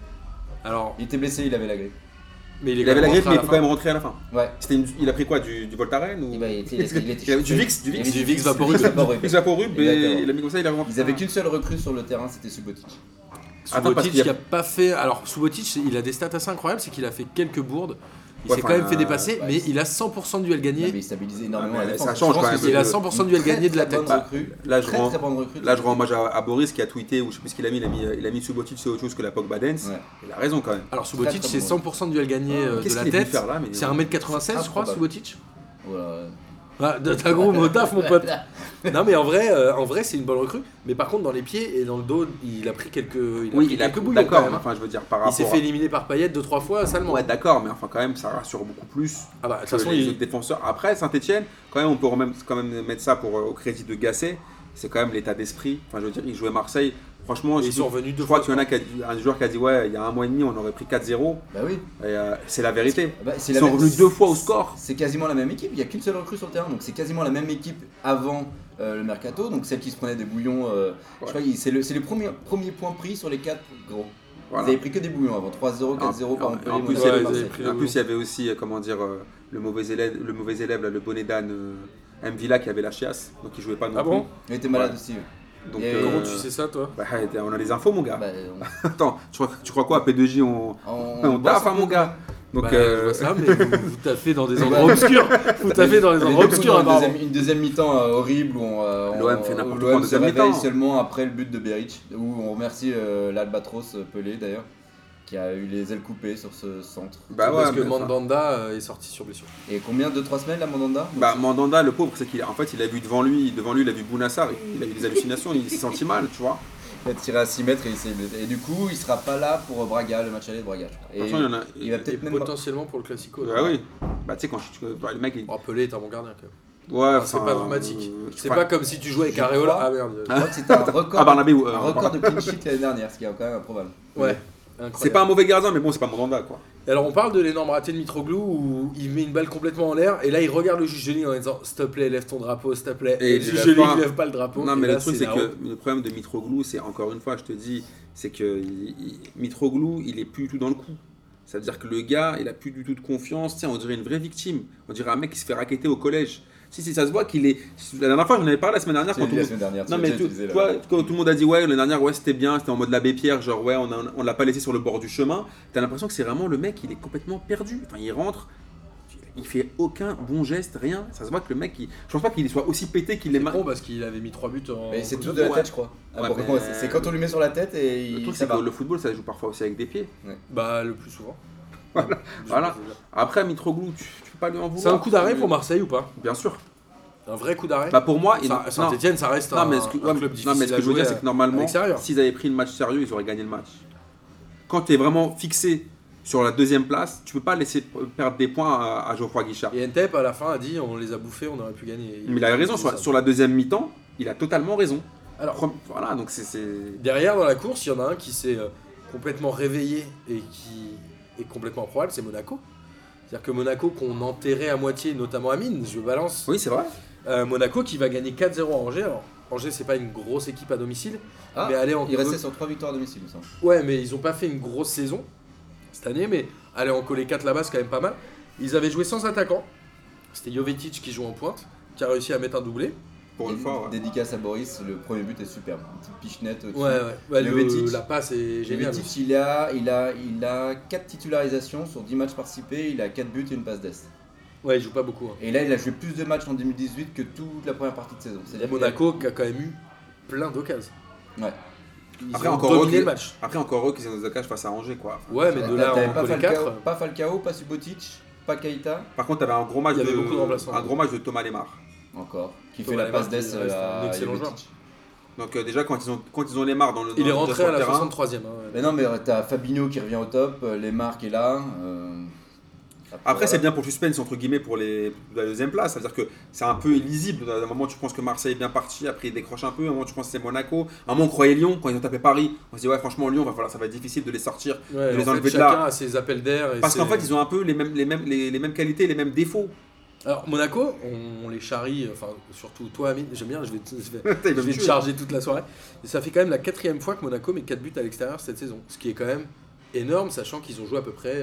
Alors, Il était blessé, il avait la grippe. mais il est Il avait la grippe, mais il il peut quand même rentrer à la fin. Ouais. Il a pris quoi, du Voltaren ou... Il était Il avait du Vicks, du Vicks. Du Vicks Vaporub. Il a pour Rub et Exactement. il a mis comme ça, il a rentré. Ils avaient qu'une seule recrue sur le terrain, c'était Subotic. Attends, parce Subotic qu'il y a- qui a pas fait. Alors, Subotic, il a des stats assez incroyables, c'est qu'il a fait quelques bourdes. Il Ouais, s'est enfin, quand même fait dépasser, ouais, mais il a 100% de duel Non, gagné. mais il stabilisait énormément Ouais, la mais défense. ça Je change pense quand que même. c'est Il a le- 100% de duel gagné de la très tête. bonne recrue. Là, je Très rends- très bonne recrue. Là, je rends hommage à Boris qui a tweeté, ou je sais plus ce qu'il a mis, il a mis Subotic, c'est autre chose que la Pogba Dance. Ouais. Il a raison quand même. Alors, Subotic, Très, c'est très 100% de duel gagné de Qu'est-ce la qu'il est venu tête. faire là mais... C'est 1m96, je crois, Improbable. Subotic. Voilà. Ah, t'as gros mot taf, mon pote. Non, mais en vrai, c'est une bonne recrue. Mais par contre, dans les pieds et dans le dos, il a pris quelques Oui, il a quelques bouillons d'accord, quand mais même. enfin, je veux dire, par Il rapport s'est fait éliminer par Payet 2-3 fois salement. Ouais, d'accord, mais enfin, quand même, ça rassure beaucoup plus Ah bah, de que toute façon, les autres défenseurs. Après, Saint-Etienne, quand même, on peut quand même mettre ça au crédit de Gasset. C'est quand même l'état d'esprit. Enfin, je veux dire, il jouait Marseille. Franchement, ils sont revenus je deux crois fois. qu'il y en a un joueur qui a dit ouais, il y a un mois et demi, on aurait pris 4-0. Bah oui. Et, c'est la vérité. Bah, c'est Ils la sont même- revenus 2 fois au score. C'est quasiment la même équipe, il n'y a qu'une seule recrue sur le terrain, donc c'est quasiment la même équipe avant le mercato, donc celle qui se prenait des bouillons. Je crois que c'est le premier point pris sur les 4 gros. Voilà. Ils avaient pris que des bouillons avant, 3-0, 4-0 par Montpellier. En plus, Monaco, il y avait- Marseille. pris le en plus, il y avait aussi, comment dire, le mauvais élève, là, le bonnet d'âne Mvila qui avait la chiasse, donc il jouait pas non Ah plus. bon Il était malade Ouais. aussi. Ouais. Donc, Et Comment tu sais ça, toi? bah, on a les infos, mon gars. Bah, Attends, tu crois quoi, à P2J, on bosse taffe, un hein, peu. mon gars. Donc, Bah, je vois ça, mais vous taffez dans des endroits obscurs. Vous taffez dans des Mais endroits du coup, obscurs, dans apparemment. une deuxième mi-temps horrible où L'OM fait n'importe où quoi en l'OM se deuxième réveille mi-temps. seulement après le but de Beric, où on remercie l'Albatros Pelé d'ailleurs, qui a eu les ailes coupées sur ce centre. bah Parce ouais, que mais enfin, Mandanda est sorti sur blessure. Et combien, 2-3 semaines là, Mandanda? bah, Mandanda, le pauvre, c'est qu'il a, en fait, il a vu devant lui, il a vu Bounassar, il a eu des hallucinations, il s'est senti mal, tu vois. Il a tiré à 6 mètres et il s'est blessé. Et du coup, il sera pas là pour Braga, le match aller de Braga. Je crois. De toute Et façon, il y en a. il va Et peut-être même. potentiellement pour le Classico. Bah oui. Bah, tu sais, quand le mec, il. Oh, Pelé est un bon gardien, quand même. Ouais, C'est enfin, pas dramatique. C'est enfin, pas comme si tu jouais avec je Areola. crois- Ah merde. Je crois que c'était un record, Ah, Barnabé, un record de clean sheet l'année dernière, ce qui est quand même improbable. Ouais. C'est pas un mauvais gardien, mais bon, c'est pas Mandanda, quoi. Et alors on parle de l'énorme raté de Mitroglou où il met une balle complètement en l'air et là il regarde le juge de ligne en disant s'il te plaît lève ton drapeau s'il te plaît Et et le il juge lève de ligne pas. lève pas le drapeau. Non, Et mais là, le truc, c'est la que honte. le problème de Mitroglou, c'est encore une fois, je te dis, c'est que Mitroglou, il est plus du tout dans le coup. C'est-à-dire que le gars, il a plus du tout de confiance. Tiens, on dirait une vraie victime. On dirait un mec qui se fait racketter au collège. Si, ça se voit qu'il est. La dernière fois, j'en avais parlé la semaine dernière. C'est Quand lui, tout la le semaine dernière. non, mais quand tout le monde a dit ouais, l'année dernière, ouais, c'était bien, c'était en mode l'abbé Pierre, genre ouais, on l'a pas laissé sur le bord du chemin. T'as l'impression que c'est vraiment le mec, il est complètement perdu. Enfin, il rentre, il fait aucun bon geste, rien. Ça se voit que le mec, je pense pas qu'il soit aussi pété qu'il est C'est con parce qu'il avait mis 3 buts en. Mais c'est Coupe tout de de la France. tête, je crois. Ouais, Pour mais- moi, c'est quand on lui met sur la tête et Le truc, ça c'est va. que le football, ça joue parfois aussi avec des pieds. Bah, le plus souvent. Voilà. Après, Mitroglou, tu peux pas lui en vouloir. C'est un coup d'arrêt pour Marseille ou pas? Bien sûr. Un vrai coup d'arrêt? Bah pour moi, Saint-Etienne, ça reste non, un, mais ce que, un club difficile non, mais ce que je veux dire, c'est que normalement, l'extérieur. s'ils avaient pris le match sérieux, ils auraient gagné le match. Quand tu es vraiment fixé sur la deuxième place, tu peux pas laisser perdre des points à Geoffroy Guichard. Et Ntep à la fin a dit on les a bouffés, on aurait pu gagner. Mais il a raison, sur la deuxième mi-temps, il a totalement raison. Alors, Voilà, donc c'est... derrière dans la course, il y en a un qui s'est complètement réveillé et qui est complètement improbable, c'est Monaco. C'est-à-dire que Monaco qu'on enterrait à moitié, notamment Amine, je balance. Oui, c'est vrai. Monaco qui va gagner 4-0 à Angers. Alors, Angers, c'est pas une grosse équipe à domicile, mais aller en Il restait sur 3 victoires à domicile, il me semble. Ouais, mais ils ont pas fait une grosse saison cette année, mais aller en coller 4 là-bas, c'est quand même pas mal. Ils avaient joué sans attaquant. C'était Jovetic qui joue en pointe, qui a réussi à mettre un doublé. Pour une fois, ouais. Dédicace à Boris, le premier but est superbe. Une petite pichenette au-dessus. Ouais, Jovetic. la passe est géniale. Jovetic, il a 4 titularisations sur 10 matchs participés, il a 4 buts et une passe d'ess. Ouais, il joue pas beaucoup. Hein. Et là, il a joué plus de matchs en 2018 que toute la première partie de saison. C'est-à-dire Monaco qui a quand même eu plein d'occasions. Ouais. Ils Après, ont encore dominé eux, le match. Après, encore eux qui sont dans cages face à Angers, quoi. Enfin, Ouais, mais de là T'avais en pas coller Falcao, 4. pas Falcao, pas Subotic, pas Keita, Par contre, t'avais un gros match Il y avait beaucoup de remplaçants. un gros match de Thomas Lemar. encore, qui Thomas fait la passe Lemar, d'ess qui reste un à excellent Jovetic. Donc déjà, quand ils ont Lemar dans le Il est dans le rentré à la terrain, 63e. Hein. Mais non, mais t'as Fabinho qui revient au top, Lemar qui est là. Après, c'est bien pour le suspense, entre guillemets, pour la deuxième place. C'est-à-dire que c'est un peu illisible. À un moment, tu penses que Marseille est bien parti, après il décroche un peu. À un moment, tu penses que c'est Monaco. À un moment, on croyait Lyon. Quand ils ont tapé Paris, on se dit, ouais, franchement, Lyon, ça va être difficile de les sortir. Ouais, de les en enlever fait, de là. chacun a ses appels d'air. et Parce qu'en ses- fait, ils ont un peu les mêmes qualités, les mêmes défauts. Alors, Monaco, on les charrie, enfin, surtout toi, Amine, j'aime bien, je vais Il je va me vais te tuer. charger toute la soirée. Et ça fait quand même la 4e fois que Monaco met 4 buts à l'extérieur cette saison. Ce qui est quand même énorme, sachant qu'ils ont joué à peu près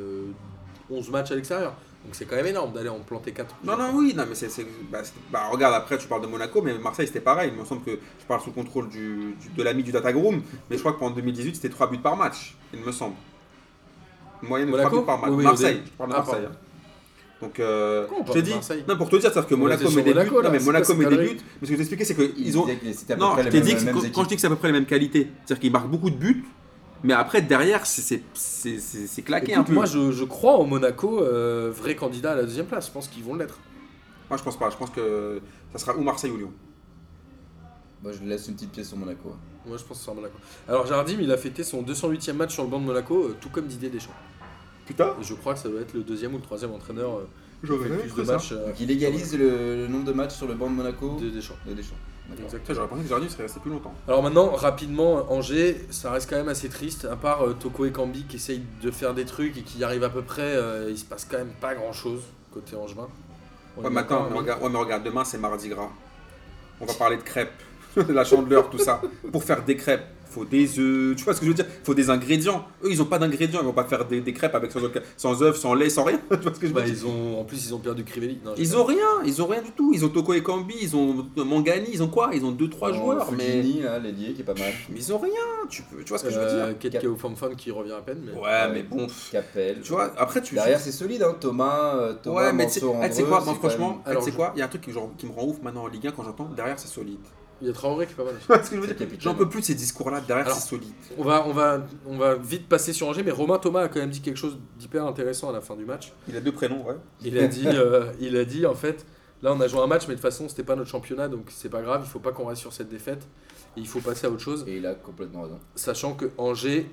11 matchs à l'extérieur. Donc c'est quand même énorme d'aller en planter 4. Non, oui, non, mais regarde, après, tu parles de Monaco, mais Marseille, c'était pareil. Il me semble que je parle sous le contrôle de l'ami du Datagroom, mais je crois que pendant 2018, c'était 3 buts par match, il me semble. Une moyenne de 3 Monaco buts par match. Oui, Marseille, au je parle de Ah, Marseille. pardon. Donc, Pourquoi on je parle te de dis, Marseille non, pour te dire, c'est-à-dire que On Monaco était sur met des buts. Monaco, là, Non, mais c'est Monaco quoi met cette des connerie buts. Mais ce que je t'expliquais, c'est qu'ils ont. C'était à peu Non, près je les t'ai dit mêmes que quand je équipes. dis que c'est à peu près les mêmes qualités, c'est-à-dire qu'ils marquent beaucoup de buts, mais après, derrière, c'est claqué un Écoute, peu. moi je crois en Monaco, vrai candidat à la 2e place. Je pense qu'ils vont l'être. Moi, je pense pas. Je pense que ça sera ou Marseille ou Lyon. Moi, je laisse une petite pièce sur Monaco. Moi je pense que c'est sera Monaco. Alors Jardim, il a fêté son 208e match sur le banc de Monaco, tout comme Didier Deschamps. Putain, Et je crois que ça doit être le 2e ou le 3e entraîneur qui j'aurais fait le jamais plus cru de ça. matchs Donc, il égalise le nombre de matchs sur le banc de Monaco de Deschamps. de Deschamps. D'accord. Exactement. J'aurais pensé que Jardim serait resté plus longtemps. Alors maintenant, rapidement, Angers, ça reste quand même assez triste, à part Toko Ekambi qui essaye de faire des trucs et qui y arrive à peu près, il se passe quand même pas grand chose côté Angevin. On Ouais, est mais attends, d'accord, mais regarde, demain c'est mardi gras. On va parler de crêpes, de la chandeleur, tout ça. Pour faire des crêpes, faut des œufs, tu vois ce que je veux dire? Faut des ingrédients. Eux, ils ont pas d'ingrédients, ils vont pas faire des crêpes avec sans œufs, sans lait, sans rien. Tu vois ce que je veux Bah, dire? en plus ils ont perdu Crivelli. Non, Ils ont rien du tout. Ils ont Toko Ekambi, ils ont Mangani, ils ont quoi? Ils ont 2-3 joueurs, mais Fujini, là, l'ailier qui est pas mal. ils ont rien. Tu vois ce que je veux dire? Ketkeo Famfan qui revient à peine. Mais... Ouais, mais bon, Capel. tu vois, après tu. Derrière, c'est solide, hein. Thomas, Ouais, mais tu sais Mansour, tu sais quoi, Andreu, moi c'est quand franchement, même- Alors, tu sais quoi, il y a un truc qui me rend ouf maintenant en Ligue 1 quand j'entends derrière c'est solide. Il y a Traoré qui est pas mal. Tu vois ce que je veux C'est dire? capitaine. J'en peux plus de ces discours-là, derrière Alors, c'est solide. On va vite passer sur Angers, mais Romain Thomas a quand même dit quelque chose d'hyper intéressant à la fin du match. Il a 2 prénoms, ouais. Il a dit en fait, là on a joué un match, mais de toute façon c'était pas notre championnat, donc c'est pas grave, il faut pas qu'on reste sur cette défaite. Et il faut passer à autre chose, Et il a complètement raison. sachant que Angers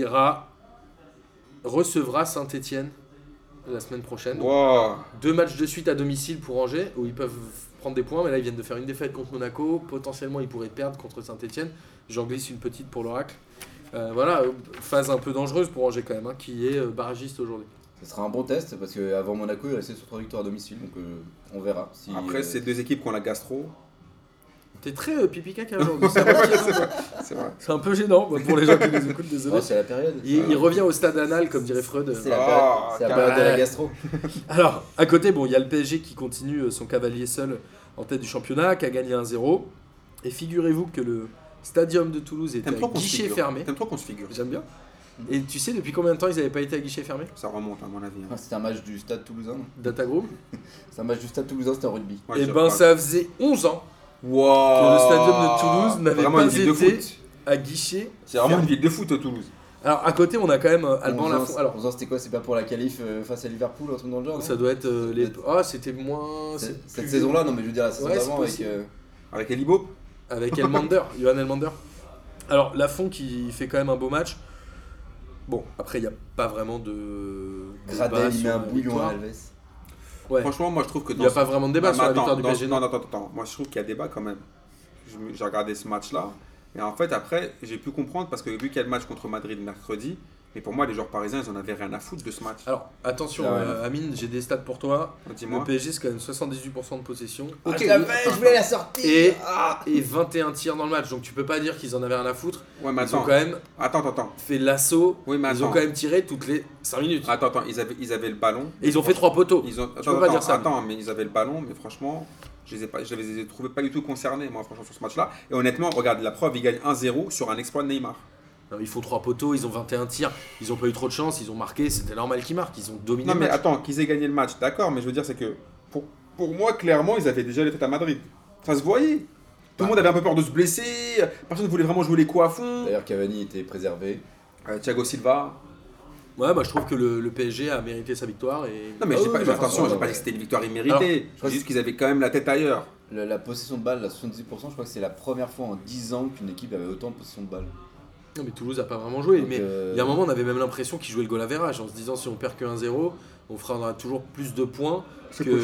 recevra Saint-Etienne la semaine prochaine. Donc, Wow. 2 matchs de suite à domicile pour Angers, où ils peuvent prendre des points, mais là ils viennent de faire une défaite contre Monaco, potentiellement ils pourraient perdre contre Saint-Etienne. J'en glisse une petite pour l'oracle. Voilà, phase un peu dangereuse pour Angers quand même, hein, qui est barragiste aujourd'hui. Ce sera un bon test parce qu'avant Monaco, il restait sur 3 victoires à domicile. Donc on verra. Si, Après, c'est 2 équipes qui ont la gastro. T'es très pipi caca aujourd'hui. C'est vrai. C'est vrai. C'est un peu gênant pour les gens qui nous écoutent, désolé. Oh, c'est la période. Il revient au stade anal, comme dirait Freud. C'est la période de la gastro. Alors, à côté, bon, il y a le PSG qui continue son cavalier seul en tête du championnat, qui a gagné 1-0. Et figurez-vous que le Stadium de Toulouse était T'aimes trop à qu'on se guichet figure. fermé. T'aimes trop qu'on se figure. J'aime bien. Et tu sais depuis combien de temps ils n'avaient pas été à guichet fermé? Ça remonte à mon avis. Hein. C'était un match du Stade Toulousain. non Data Group. C'est un match du Stade Toulousain, c'était en rugby. Ouais, Et je sais ben pas. ça faisait 11 ans Wow. que le Stadium de Toulouse n'avait Vraiment pas une ville de été foot. à guichet. C'est vraiment une ville de foot, Toulouse. Alors à côté on a quand même Alban Lafont. Alors 11 ans, c'était quoi? C'est pas pour la qualif face à Liverpool, un truc dans le genre? ça doit être les... Ah c'était moins... Cette plus- saison-là, non mais je veux dire la saison Ouais, c'est d'avant avec. possible. Avec Elibo. Avec Elmander, Johan Elmander. Alors Lafont qui fait quand même un beau match. Bon, après il n'y a pas vraiment de... débat Gradel, il sur met un la bouillon victoire. à Alves. Ouais. Franchement, moi je trouve que Il n'y a pas vraiment de débat sur la victoire du PSG. Non, attends. Moi je trouve qu'il y a débat quand même. J'ai regardé ce match-là. Et en fait, après, j'ai pu comprendre parce que vu qu'il y a le match contre Madrid mercredi, mais pour moi, les joueurs parisiens, ils en avaient rien à foutre de ce match. Alors attention Ah ouais. Amine, j'ai des stats pour toi. Dis-moi. Le PSG c'est quand même 78% de possession. Ok, Ok, je l'avais, je voulais la sortir. Et, Ah. et 21 tirs dans le match, donc tu peux pas dire qu'ils en avaient rien à foutre. Ouais, mais Ils ont attends. quand même Attends. fait l'assaut, Oui, mais ils ont attends. quand même tiré toutes les 5 minutes. Attends, ils avaient le ballon. Et ils ont fait 3 poteaux. Ils ont... peux pas dire ça. Attends, mais ils avaient le ballon, mais franchement, je les ai trouvés pas du tout concernés, moi, franchement, sur ce match-là. Et honnêtement, regarde, la preuve, ils gagnent 1-0 sur un exploit de Neymar. Non, ils font 3 poteaux, ils ont 21 tirs, ils ont pas eu trop de chance, ils ont marqué, c'était normal qu'ils marquent, ils ont dominé Non, le mais match. attends, qu'ils aient gagné le match, d'accord, mais je veux dire, c'est que pour moi, clairement, ils avaient déjà les têtes à Madrid. Ça se voyait. Tout le monde avait un peu peur de se blesser, personne ne voulait vraiment jouer les coups à fond. D'ailleurs, Cavani était préservé. Thiago Silva. Ouais, moi je trouve que le PSG a mérité sa victoire. Et... Non, mais Ah j'ai oui, pas, bah, attention, forcément, j'ai pas ouais. dit que c'était une victoire imméritée. Alors, C'est juste qu'ils avaient quand même la tête ailleurs. La possession de balle, la 70%, je crois que c'est la première fois en 10 ans qu'une équipe avait autant de possession de balle. Non, mais Toulouse a pas vraiment joué. Donc, Mais il y a un moment, on avait même l'impression qu'ils jouaient le goal average en se disant si on perd que 1-0, on fera toujours plus de points C'est que.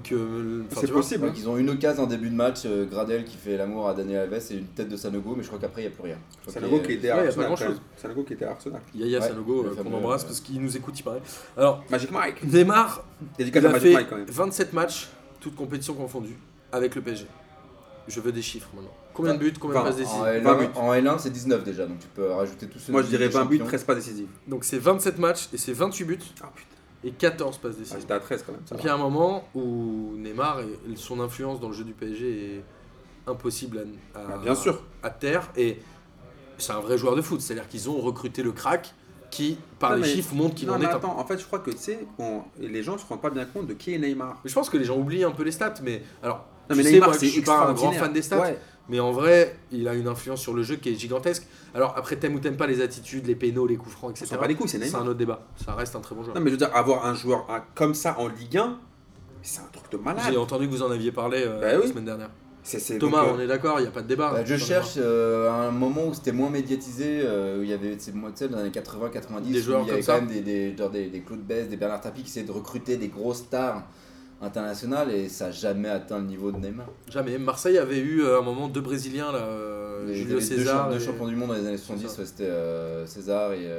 Enfin, C'est tu vois. possible. Donc, ils ont une occasion en début de match, Gradel qui fait l'amour à Daniel Alves et une tête de Sanogo, mais je crois qu'après il n'y a plus rien. Je crois Sanogo qu'il qui est- était à Ouais, y a pas Arsenal. grand-chose. quand même. Sanogo qui était à Arsenal. Yaya Ouais, Sanogo le qu'on fameux, embrasse parce qu'il nous écoute, il paraît. Alors, Magic Mike. Neymar, Dédicace il à a Magic fait Mike quand même. 27 matchs, toutes compétitions confondues, avec le PSG. Je veux des chiffres maintenant. Combien de buts, combien de passes En décisives? 20 buts. L1, en L1, c'est 19 déjà, donc tu peux rajouter tous ceux Moi de je dirais Ligue des 20 buts, Champions. 13 pas décisives. Donc c'est 27 matchs et c'est 28 buts Ah putain, et 14 passes décisives. j'étais à 13 quand même. Ça Donc va. il y a un moment où Neymar, son influence dans le jeu du PSG est impossible Bien sûr. à terre. Et c'est un vrai joueur de foot. C'est-à-dire qu'ils ont recruté le crack qui, par Non, les mais- chiffres, montre qu'il Non, en mais est un. attends, en fait, je crois que tu sais, les gens ne se rendent pas bien compte de qui est Neymar. Mais je pense que les gens oublient un peu les stats. Mais alors, Non, tu mais sais, Neymar, moi, je c'est suis pas un grand extraordinaire. fan des stats. Ouais. Mais en vrai, il a une influence sur le jeu qui est gigantesque. Alors après, t'aimes ou t'aimes pas les attitudes, les pénaux, les coups francs, Ça etc. pas les couilles, c'est C'est Neymar. un autre débat. Ça reste un très bon joueur. Non, mais je veux dire, avoir un joueur comme ça en Ligue 1, c'est un truc de malade. J'ai entendu que vous en aviez parlé Bah la oui. semaine dernière. C'est Thomas, donc, on est d'accord, il n'y a pas de débat. Bah, je J'en ai cherche un moment où c'était moins médiatisé, où il y avait, tu sais, dans les années 80-90, Des joueurs où il y avait comme ça. quand même des Claude Bess, des Bernard Tapie qui essayaient de recruter des grosses stars internationales et ça n'a jamais atteint le niveau de Neymar. Jamais. Marseille avait eu à un moment 2 Brésiliens, là, Il y Julio avait César. deux et- champions du monde dans les années 70, ça. ouais, c'était César et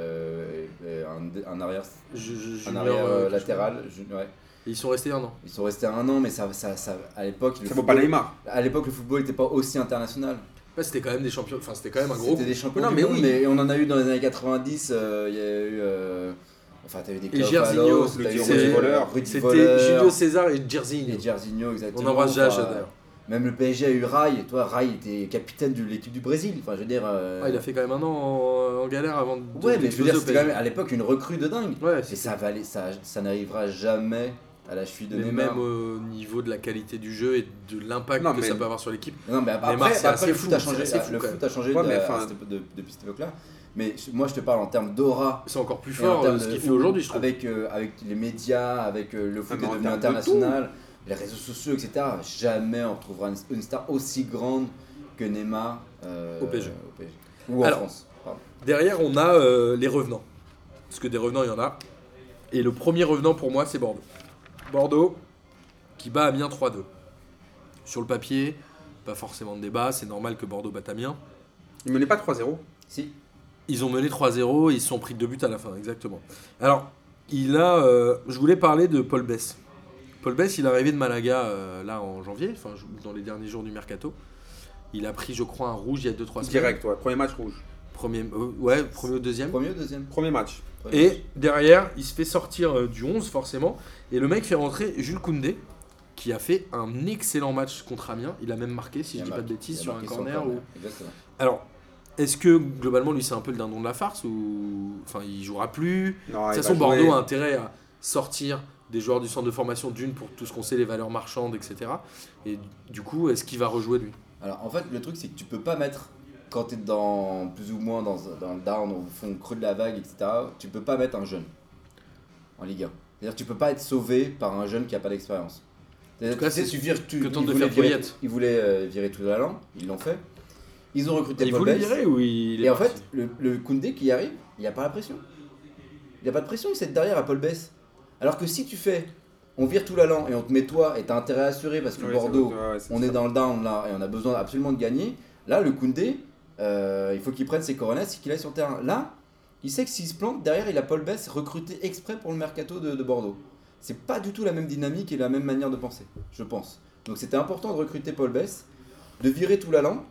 un arrière, Junior, latéral. Ouais. Et ils sont restés 1 an. Ils sont restés 1 an, mais ça à l'époque, ça vaut pas Neymar. à l'époque, le football n'était pas aussi international. Ouais, c'était quand même des champions. Enfin, c'était quand même un gros. C'était des champions Non, du mais monde, oui. mais on en a eu dans les années 90. Il y a eu. Enfin, t'as eu des Et Jairzinho, Clopalos, t'as eu Rudy Rudy Voller. Rudy C'était Voller, Julio César et Jairzinho. et Jairzinho, exactement. On embrasse Jage Enfin, d'ailleurs. Même le PSG a eu Rai. Toi, Rai était capitaine de l'équipe du Brésil. Enfin, je veux dire. Ouais, il a fait quand même 1 an en galère avant de. Ouais, mais je veux dire, d'exploser au c'était quand PSG. même à l'époque une recrue de dingue. Ouais, Et ça n'arrivera jamais à la cheville de mais Neymar. même au niveau de la qualité du jeu et de l'impact Non, que mais- ça peut avoir sur l'équipe. Non, mais Neymar, après, c'est après assez le fou, foot a c'est changé. assez fou, Le quand foot a changé Ouais, mais enfin- depuis cette époque-là. Mais moi, je te parle en termes d'aura. C'est encore plus Et en fort termes ce de- qu'il fait aujourd'hui, je trouve. avec les médias, avec le foot mais est en devenu termes de international, les réseaux sociaux, etc. Jamais on retrouvera une star aussi grande que Neymar Au PSG. Ou en Alors, France. Pardon. Derrière, on a les revenants. Parce que des revenants, il y en a. Et le premier revenant pour moi, c'est Bordeaux. Bordeaux qui bat Amiens 3-2. Sur le papier, pas forcément de débat. C'est normal que Bordeaux batte Amiens. Il menait pas 3-0. Si. Ils ont mené 3-0 et ils se sont pris 2 buts à la fin, exactement. Alors, je voulais parler de Paul Bess. Paul Bess, il est arrivé de Malaga là en janvier, enfin dans les derniers jours du mercato. Il a pris, je crois, un rouge il y a 2-3 semaines. Direct, ouais. Premier match rouge. Premier ou deuxième. Premier ou deuxième? Premier match. Et derrière, il se fait sortir du 11 forcément. Et le mec fait rentrer Jules Koundé, qui a fait un excellent match contre Amiens. Il a même marqué, si je dis pas de bêtises, sur un corner. Exactement. Alors, est-ce que globalement, lui, c'est un peu le dindon de la farce ou enfin, il jouera plus? Non, De toute façon, Bordeaux a intérêt à sortir des joueurs du centre de formation d'une pour tout ce qu'on sait, les valeurs marchandes, etc. Et du coup, est-ce qu'il va rejouer lui? Alors en fait, le truc c'est que tu peux pas mettre, quand tu es dans plus ou moins dans le down, au fond creux de la vague, etc., tu peux pas mettre un jeune en Ligue 1. C'est-à-dire que tu peux pas être sauvé par un jeune qui a pas d'expérience. En tout cas, c'est que tente de faire Poyet. Ils voulaient virer tout l'allant, ils l'ont fait. Ils ont recruté Il Paul voulait Bess. virer ou il est Et en parti? fait, le Koundé qui arrive, il n'y a pas la pression. Il n'y a pas de pression, il s'est derrière à Paul Bess. Alors que si tu fais, on vire tout l'allant et on te met toi et tu as intérêt à assurer parce que Oui, Bordeaux, c'est on ça. est dans le down là et on a besoin absolument de gagner. Là, le Koundé, il faut qu'il prenne ses coronets et qu'il aille sur le terrain. Là, il sait que s'il se plante, derrière il a Paul Bess recruté exprès pour le mercato de Bordeaux. C'est pas du tout la même dynamique et la même manière de penser, je pense. Donc c'était important de recruter Paul Bess, de virer tout l'allant,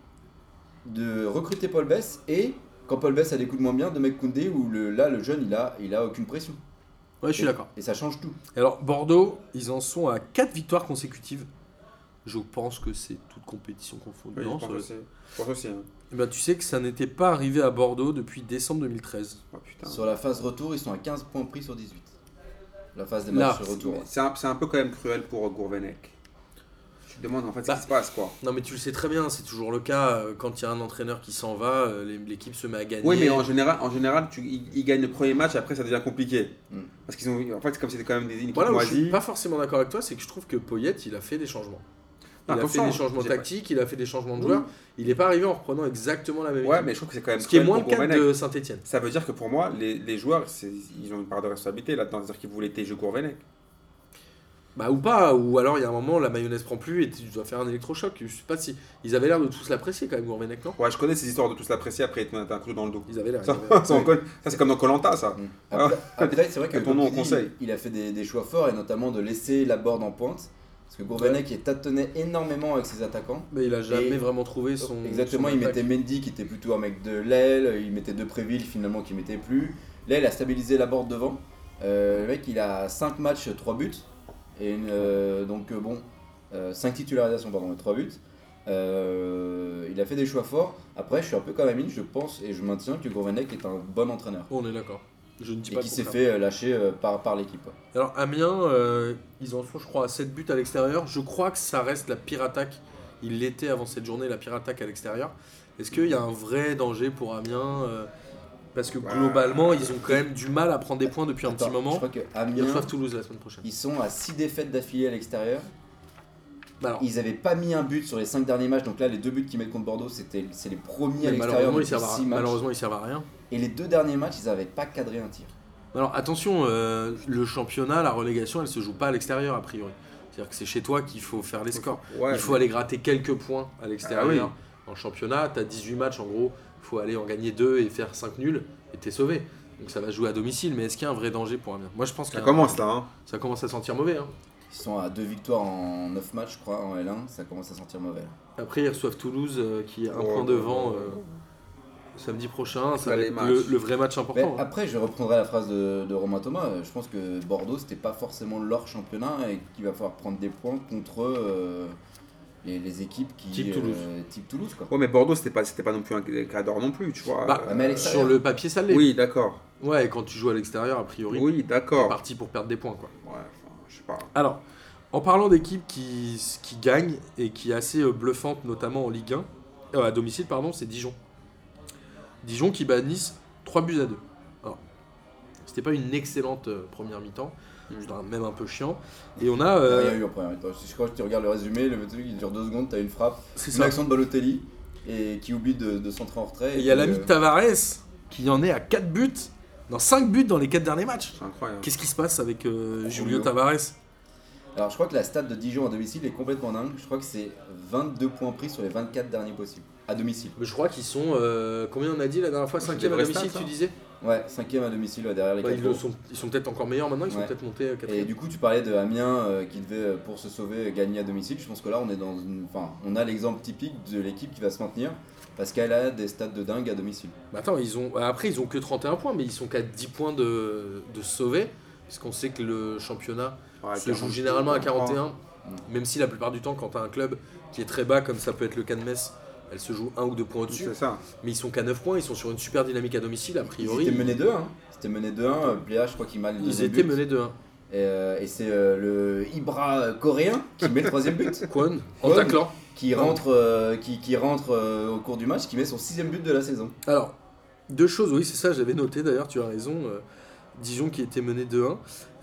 de recruter Paul Bess et quand Paul Bess a des coups de moins bien, de mettre Koundé où là le jeune il a aucune pression. Ouais, je suis d'accord. Et ça change tout. Alors, Bordeaux, ils en sont à 4 victoires consécutives. Je pense que c'est toute compétition confondue. Oui, Non, je pense aussi. Hein. Eh ben, tu sais que ça n'était pas arrivé à Bordeaux depuis décembre 2013. Oh, putain. Sur la phase retour, ils sont à 15 points pris sur 18. La phase des Là, matchs retour. C'est un peu quand même cruel pour Gourvenec. Tu te demandes en fait ce Bah, qui se passe quoi. Non, mais tu le sais très bien, c'est toujours le cas. Quand il y a un entraîneur qui s'en va, l'équipe se met à gagner. Oui, mais en général ils gagnent le premier match, après ça devient compliqué. Mm. Parce qu'ils ont, en fait, comme c'était quand même des équipes Voilà, où je suis moisies. pas forcément d'accord avec toi, c'est que je trouve que Poyet, il a fait des changements. Il a fait Attention, des changements j'ai pas- tactiques, il a fait des changements de Oui. joueurs. Il n'est pas arrivé en reprenant exactement la même Ouais, équipe. mais je trouve que c'est quand même Ce qui est cruel moins le pour cas Gourvenec. de Saint-Etienne. Ça veut dire que pour moi, les joueurs, ils ont une part de responsabilité là-dedans. C'est-à-dire qu'ils voulaient téger Gourvenec. Bah ou pas, ou alors il y a un moment la mayonnaise prend plus et tu dois faire un électrochoc. Je sais pas si ils avaient l'air de tous l'apprécier quand même Gourvenec, non? Ouais, je connais ces histoires de tous l'apprécier après ils te mettent un coup dans le dos. Ils avaient l'air. Ça, ils avaient l'air. ça, on connaît. Ça, c'est comme dans Koh-Lanta, ça. Après, c'est vrai que Et ton nom comme au tu dis, conseil. il a fait des choix forts et notamment de laisser la board en pointe. Parce que Gourvenec il tâtonnait énormément avec ses attaquants. Mais il a jamais Et- vraiment trouvé son. Exactement, son il attaque. mettait Mendy qui était plutôt un mec de l'aile, il mettait Depréville finalement qui mettait plus. Là, il a stabilisé la board devant. Le mec, il a 5 matchs, 3 buts. Et 5 titularisations, pardon, et 3 buts. Il a fait des choix forts. Après, je suis un peu comme Amine, je pense et je maintiens que Gourvenec est un bon entraîneur. On est d'accord. Je ne dis Et pas qui le s'est contraire. fait lâcher par l'équipe. Alors Amiens, ils en sont je crois à 7 buts à l'extérieur. Je crois que ça reste la pire attaque. Il l'était avant cette journée, la pire attaque à l'extérieur. Est-ce qu'il y a un vrai danger pour Amiens parce que globalement, ils ont quand même du mal à prendre des points depuis un Attends, petit moment. Je crois que Ils Amiens, reçoivent Toulouse la semaine prochaine. ils sont à 6 défaites d'affilée à l'extérieur. Bah alors, Ils n'avaient pas mis un but sur les 5 derniers matchs. Donc là, les 2 buts qu'ils mettent contre Bordeaux, c'est les premiers à mais l'extérieur malheureusement, depuis 6 matchs. malheureusement, ils servent à rien. Et les 2 derniers matchs, ils n'avaient pas cadré un tir. Alors attention, le championnat, la relégation, elle se joue pas à l'extérieur a priori. C'est-à-dire que c'est chez toi qu'il faut faire les scores. Ouais, Il faut aller gratter quelques points à l'extérieur. Ah oui. En championnat, tu as 18 matchs en gros, il faut aller en gagner 2 et faire 5 nuls et t'es sauvé. Donc ça va se jouer à domicile, mais est-ce qu'il y a un vrai danger pour Amiens? Moi je pense que Ça commence là. Hein. ça commence à sentir mauvais. Hein. Ils sont à 2 victoires en 9 matchs, je crois, en L1. Ça commence à sentir mauvais. Après ils reçoivent Toulouse qui est un Ouais, point ouais, devant ouais. samedi prochain. Ça Là, va les être matchs. le vrai match Mais important. hein. après, je reprendrai la phrase de Romain Thomas. Je pense que Bordeaux, c'était pas forcément leur championnat et qu'il va falloir prendre des points contre les équipes qui. Type Toulouse. Type Toulouse, quoi. Ouais, mais Bordeaux, c'était pas non plus un cadre non plus, tu vois. Bah, mais à l'extérieur. sur le papier ça l'est. Oui, d'accord. Ouais, et quand tu joues à l'extérieur, a priori, Oui, t'es d'accord. parti pour perdre des points quoi. Ouais, enfin, je sais pas. Alors, en parlant d'équipes qui gagnent et qui est assez bluffante, notamment en Ligue 1, à domicile, pardon, c'est Dijon. Dijon qui bat Nice 3 buts à 2. Alors, c'était pas une excellente première mi-temps, je dirais même un peu chiant. Et on a. Il n'y a rien eu en première mi-temps. Je crois que tu regardes le résumé, le truc il dure 2 secondes, t'as une frappe, c'est une ça. action de Balotelli et qui oublie de centrer en retrait. Et il y a puis, l'ami de Tavares qui en est à 4 buts, dans 5 buts dans les 4 derniers matchs. C'est incroyable. Qu'est-ce qui se passe avec Julio Julio. Tavares? Alors je crois que la stat de Dijon à domicile est complètement dingue. Je crois que c'est 22 points pris sur les 24 derniers possibles. À domicile. Mais je crois qu'ils sont. Combien on a dit la dernière fois? C'est 5e des à vrais domicile, stats, tu hein. disais? Ouais, 5e à domicile derrière les Ouais, 4 ils sont peut-être encore meilleurs maintenant, ils sont Ouais. peut-être montés à 4. Et du coup, tu parlais de Amiens qui devait, pour se sauver, gagner à domicile. Je pense que là, on a l'exemple typique de l'équipe qui va se maintenir parce qu'elle a des stats de dingue à domicile. Attends, après ils ont que 31 points, mais ils sont qu'à 10 points de se sauver, puisqu'on sait que le championnat se joue généralement à 41, même si la plupart du temps, quand tu as un club qui est très bas, comme ça peut être le cas de Metz, elle se joue 1 ou 2 points au-dessus. C'est ça. Mais ils sont qu'à 9 points, ils sont sur une super dynamique à domicile, a priori. Ils étaient menés 2-1. C'était mené 2-1. Pléa, je crois qu'il m'a le Ils deuxième étaient but. menés 2-1. Et c'est le Ibra coréen qui met le 3e but. Kwon, en Kwon. taclant. Qui rentre, au cours du match, qui met son 6e but de la saison. Alors, deux choses, oui, c'est ça, j'avais noté d'ailleurs, tu as raison. Dijon qui était mené 2-1.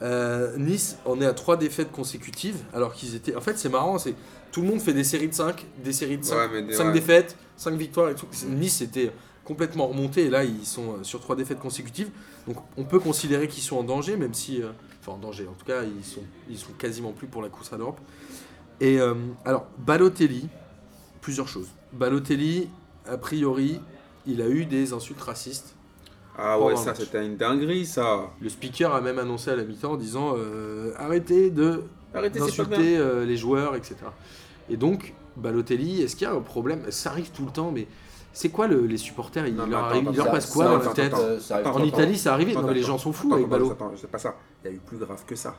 Nice en est à 3 défaites consécutives, alors qu'ils étaient. En fait, c'est marrant, tout le monde fait des séries de 5, des séries de 5, Ouais, mais 5 ouais. défaites, 5 victoires et tout. Nice était complètement remonté et là, ils sont sur 3 défaites consécutives. Donc, on peut considérer qu'ils sont en danger, même si. Enfin, en danger, en tout cas, ils sont quasiment plus pour la course à l'Europe. Et alors, Balotelli, plusieurs choses. Balotelli, a priori, il a eu des insultes racistes. Ah Pendant ouais, le ça match. c'était une dinguerie ça. Le speaker a même annoncé à la mi-temps en disant arrêtez Arrêtez, c'est pas bien. d'insulter les joueurs, etc. Et donc, Balotelli, est-ce qu'il y a un problème? Ça arrive tout le temps, mais c'est quoi les supporters? Il Non, mais leur, attends, arrive- il attends, leur ça- passe quoi ça- dans la attends, tête? attends. Ça arrive En tout le Italie, temps. ça arrive, non, mais les gens sont fous avec Balo. Attends, c'est pas ça. Il y a eu plus grave que ça.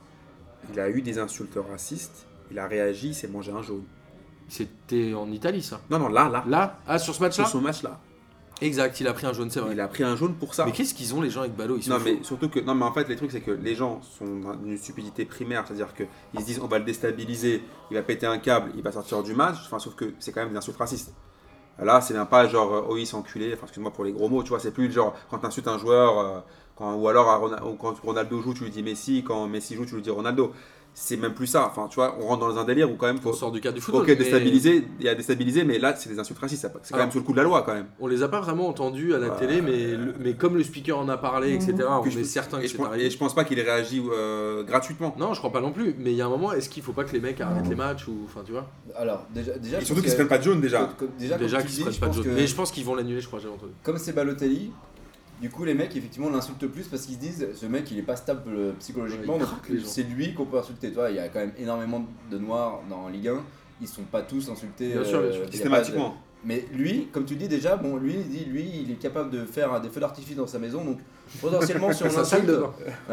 Il a eu des insultes racistes, il a réagi, il s'est mangé un jaune. C'était en Italie, ça. Non, là. Là, sur ce match-là? Sur ce match-là. Exact, il a pris un jaune, c'est vrai. Il a pris un jaune pour ça. Mais qu'est-ce qu'ils ont les gens avec Balo? Ils sont Non fous. mais surtout que non mais en fait les trucs c'est que les gens sont dans une stupidité primaire, c'est-à-dire que ils se disent on va le déstabiliser, il va péter un câble, il va sortir du match, enfin sauf que c'est quand même des insultes racistes. Là c'est même pas genre oh il s'est enculé, enfin excuse-moi pour les gros mots, tu vois, c'est plus genre quand tu insultes un joueur ou alors quand Ronaldo joue tu lui dis Messi, quand Messi joue tu lui dis Ronaldo. C'est même plus ça, enfin tu vois, on rentre dans un délire où quand même On faut sort du cadre du football. OK mais déstabiliser, il y a déstabiliser mais là c'est des insultes racistes, c'est quand Alors, même sous le coup de la loi quand même. On les a pas vraiment entendus à la Ouais. télé, mais comme le speaker en a parlé, etc., on Que je- est certain que Et je, c'est pense, arrivé. et je pense pas qu'il ait réagi gratuitement. Non, je crois pas non plus. Mais il y a un moment, est-ce qu'il faut pas que les mecs arrêtent les matchs ou, enfin, tu vois, Alors, déjà Et je surtout pense qu'ils se prennent pas de jaune déjà. Déjà, déjà comme qu'ils tu se dis, prennent pas de je pense jaune. que Mais je pense qu'ils vont l'annuler, je crois, j'ai entendu. comme c'est Balotelli, du coup les mecs effectivement l'insultent plus parce qu'ils se disent ce mec il est pas stable psychologiquement, Ouais, il donc craque, les gens. c'est lui qu'on peut insulter. Toi, il y a quand même énormément de noirs dans Ligue 1, ils sont pas tous insultés Bien sûr, bien sûr. il y a pas de- Systématiquement. Mais lui, comme tu dis déjà, bon lui il dit il est capable de faire des feux d'artifice dans sa maison, donc potentiellement si on Ça sale l'insulte, dedans.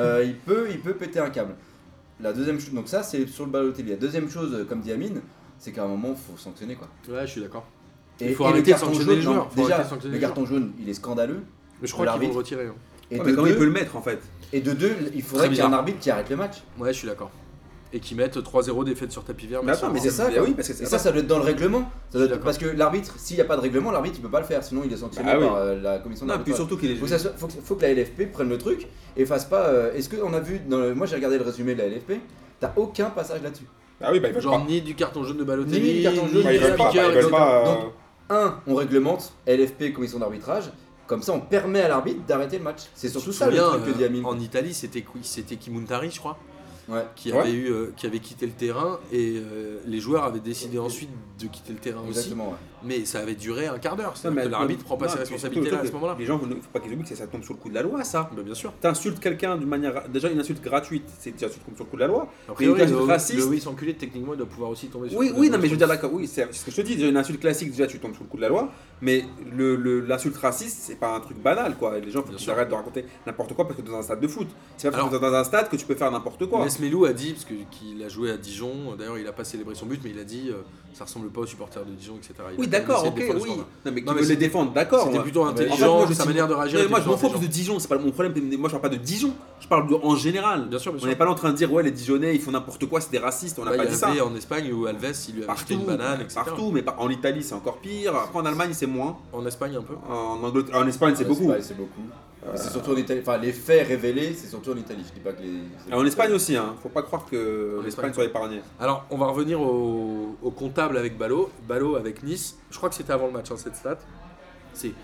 il peut péter un câble. La deuxième chose, donc ça c'est sur le Balotelli. La deuxième chose, comme dit Amine, c'est qu'à un moment faut sanctionner quoi. Ouais, je suis d'accord. Et, Il faut et le arrêter de carton sanctionner jaune, les joueurs. non, Faut arrêter déjà de sanctionner le les carton jaune il est scandaleux. Mais je crois Pour qu'ils vont le l'arbitre. retirer. hein. Et Ouais, de mais comment il deux- peut le mettre en fait? Et de deux, il faudrait Très qu'il y ait un bizarre. arbitre qui arrête le match. Ouais, je suis d'accord. Et qu'ils mettent 3-0 défaite sur tapis vert. Mais merci. attends, mais C'est ça, bah quoi. oui, parce que Et ça doit être dans le règlement. Ça Je doit suis être- d'accord. parce que l'arbitre, s'il n'y a pas de règlement, l'arbitre il peut pas le faire, sinon il est sanctionné Ah oui. par la commission Non, puis d'arbitrage. surtout qu'il est Faut que la LFP prenne le truc et fasse pas. Est-ce qu'on a vu moi j'ai regardé le résumé de la LFP, t'as aucun passage là-dessus. Ah oui, bah ils veulent Genre pas. ni du carton jaune de Balotelli, Ni du carton jaune, Bah, ils ni veulent pas, speaker, ils veulent etc. pas, Donc, on réglemente LFP commission d'arbitrage, comme ça on permet à l'arbitre d'arrêter le match. C'est surtout Tu te ça le souviens, truc que dit Amine. en Italie, c'était Kimuntari, je crois, Ouais. qui Ouais. avait quitté le terrain et les joueurs avaient décidé ensuite de quitter le terrain aussi. Exactement. Ouais. Mais ça avait duré un quart d'heure. Non, C'est-à-dire mais que l'arbitre prend pas non, ses puis surtout, responsabilités là, à ce moment-là. Les gens, faut pas qu'ils oublient que ça tombe sous le coup de la loi, ça. Bah, bien sûr. T'insultes quelqu'un d'une manière. Déjà, une insulte gratuite, c'est déjà sur le coup de la loi. A Mais priori, une insulte le raciste. oui s'enculer, techniquement, il doit pouvoir aussi tomber sur Oui, le oui, non, mais je veux dire, d'accord, oui, c'est ce que je te dis. Déjà, une insulte classique, déjà, tu tombes sous le coup de la loi. Mais l'insulte raciste, c'est pas un truc banal, quoi. Les gens, faut Bien qu'ils sûr. arrêtent de raconter n'importe quoi parce que dans un stade de foot. C'est pas parce Alors- que dans un stade que tu peux faire n'importe quoi. Nesmelou a dit, parce qu'il a joué à Dijon, d'ailleurs il a pas célébré son but, mais il a dit ça ressemble pas aux supporters de Dijon, etc. Il a Oui, quand même d'accord, essayé de ok, défendre le oui. standard. Non, mais Non, tu mais veux les c'était- défendre, d'accord. C'était ouais. plutôt En fait, intelligent, moi, je sa dis- manière de réagir. Ouais, était moi, je plutôt m'en fous de intelligente. Dijon, c'est pas mon problème. Moi, je parle pas de Dijon, je parle en général. Bien sûr, bien On sûr. n'est pas là en train de dire, ouais, les Dijonnais, ils font n'importe quoi, c'est des racistes, on n'a Bah, pas il dit y ça. avait en Espagne où Alves il lui a acheté une banane, etc. Partout, mais en Italie, c'est encore pire. Après, en Allemagne, c'est moins. En Espagne un peu. En Espagne, c'est beaucoup. C'est beaucoup. Mais c'est surtout en Italie. Enfin, les faits révélés, c'est surtout en Italie. Je dis pas que les. Et en Espagne aussi, hein. Faut pas croire que En l'Espagne Espagne. soit épargnée. Alors on va revenir au comptable avec Balo. Balo avec Nice. Je crois que c'était avant le match, hein, cette stat. C'est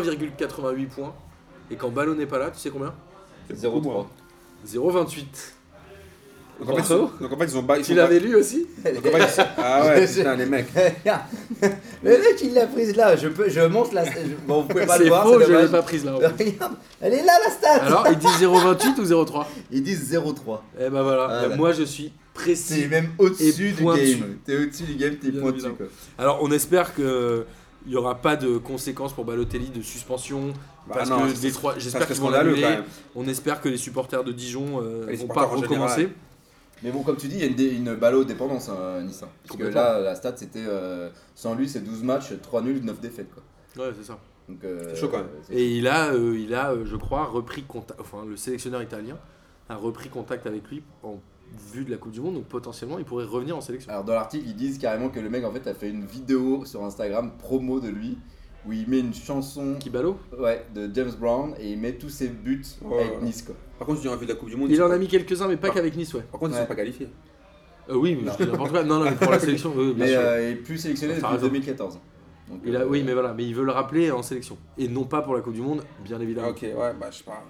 1,88 points. Et quand Balo n'est pas là, tu sais combien? 0,3. 0,28. Donc en fait, ils ont bas. Tu l'avais lu aussi? Donc en fait, ah ouais, putain, les mecs. Le mec, il l'a prise là. Je montre la. Bon, vous pouvez pas le C'est voir. faux, je dommage. l'ai pas prise là. Regarde, elle est là la stat. Alors, ils disent 0,28 ou 0,3? Ils disent 0,3. Eh ben voilà, Voilà. moi je suis précis. C'est même au-dessus Et du pointu. game. T'es au-dessus du game, t'es Bien pointu évidemment. quoi. Alors, on espère que il n'y aura pas de conséquences pour Balotelli de suspension. Parce non, que les trois, j'espère parce que qu'ils vont scandaleux, quand l'annuler. même. On espère que les supporters de Dijon Les vont pas supporters en recommencer. général. Mais bon, comme tu dis, il y a une ballo-dépendance, Nice. Parce que Complètement. là, la stat, c'était sans lui, c'est 12 matchs, 3 nuls, 9 défaites. Quoi. Ouais, c'est ça. Donc, C'est chaud, quand même. c'est Et il a, je crois, repris contact. Enfin, le sélectionneur italien a repris contact avec lui en vue de la Coupe du Monde. Donc potentiellement, il pourrait revenir en sélection. Alors dans l'article, ils disent carrément que le mec en fait a fait une vidéo sur Instagram promo de lui où il met une chanson Kibalo. de James Brown et il met tous ses buts Ouais, avec ouais. Nice quoi. Par contre, je dis en vue de la Coupe du Monde. Il en a mis quelques-uns, mais pas qu'avec Nice, ouais. Par contre, ils Ouais. sont pas qualifiés. Oui, mais je dis n'importe quoi. Non, mais pour la sélection, bien Mais sûr. il est plus sélectionné T'as depuis raison. 2014. Donc, Oui, mais voilà, mais il veut le rappeler en sélection. Et non pas pour la Coupe du Monde, bien Ah, évidemment. ok, ouais, bah je sais pas.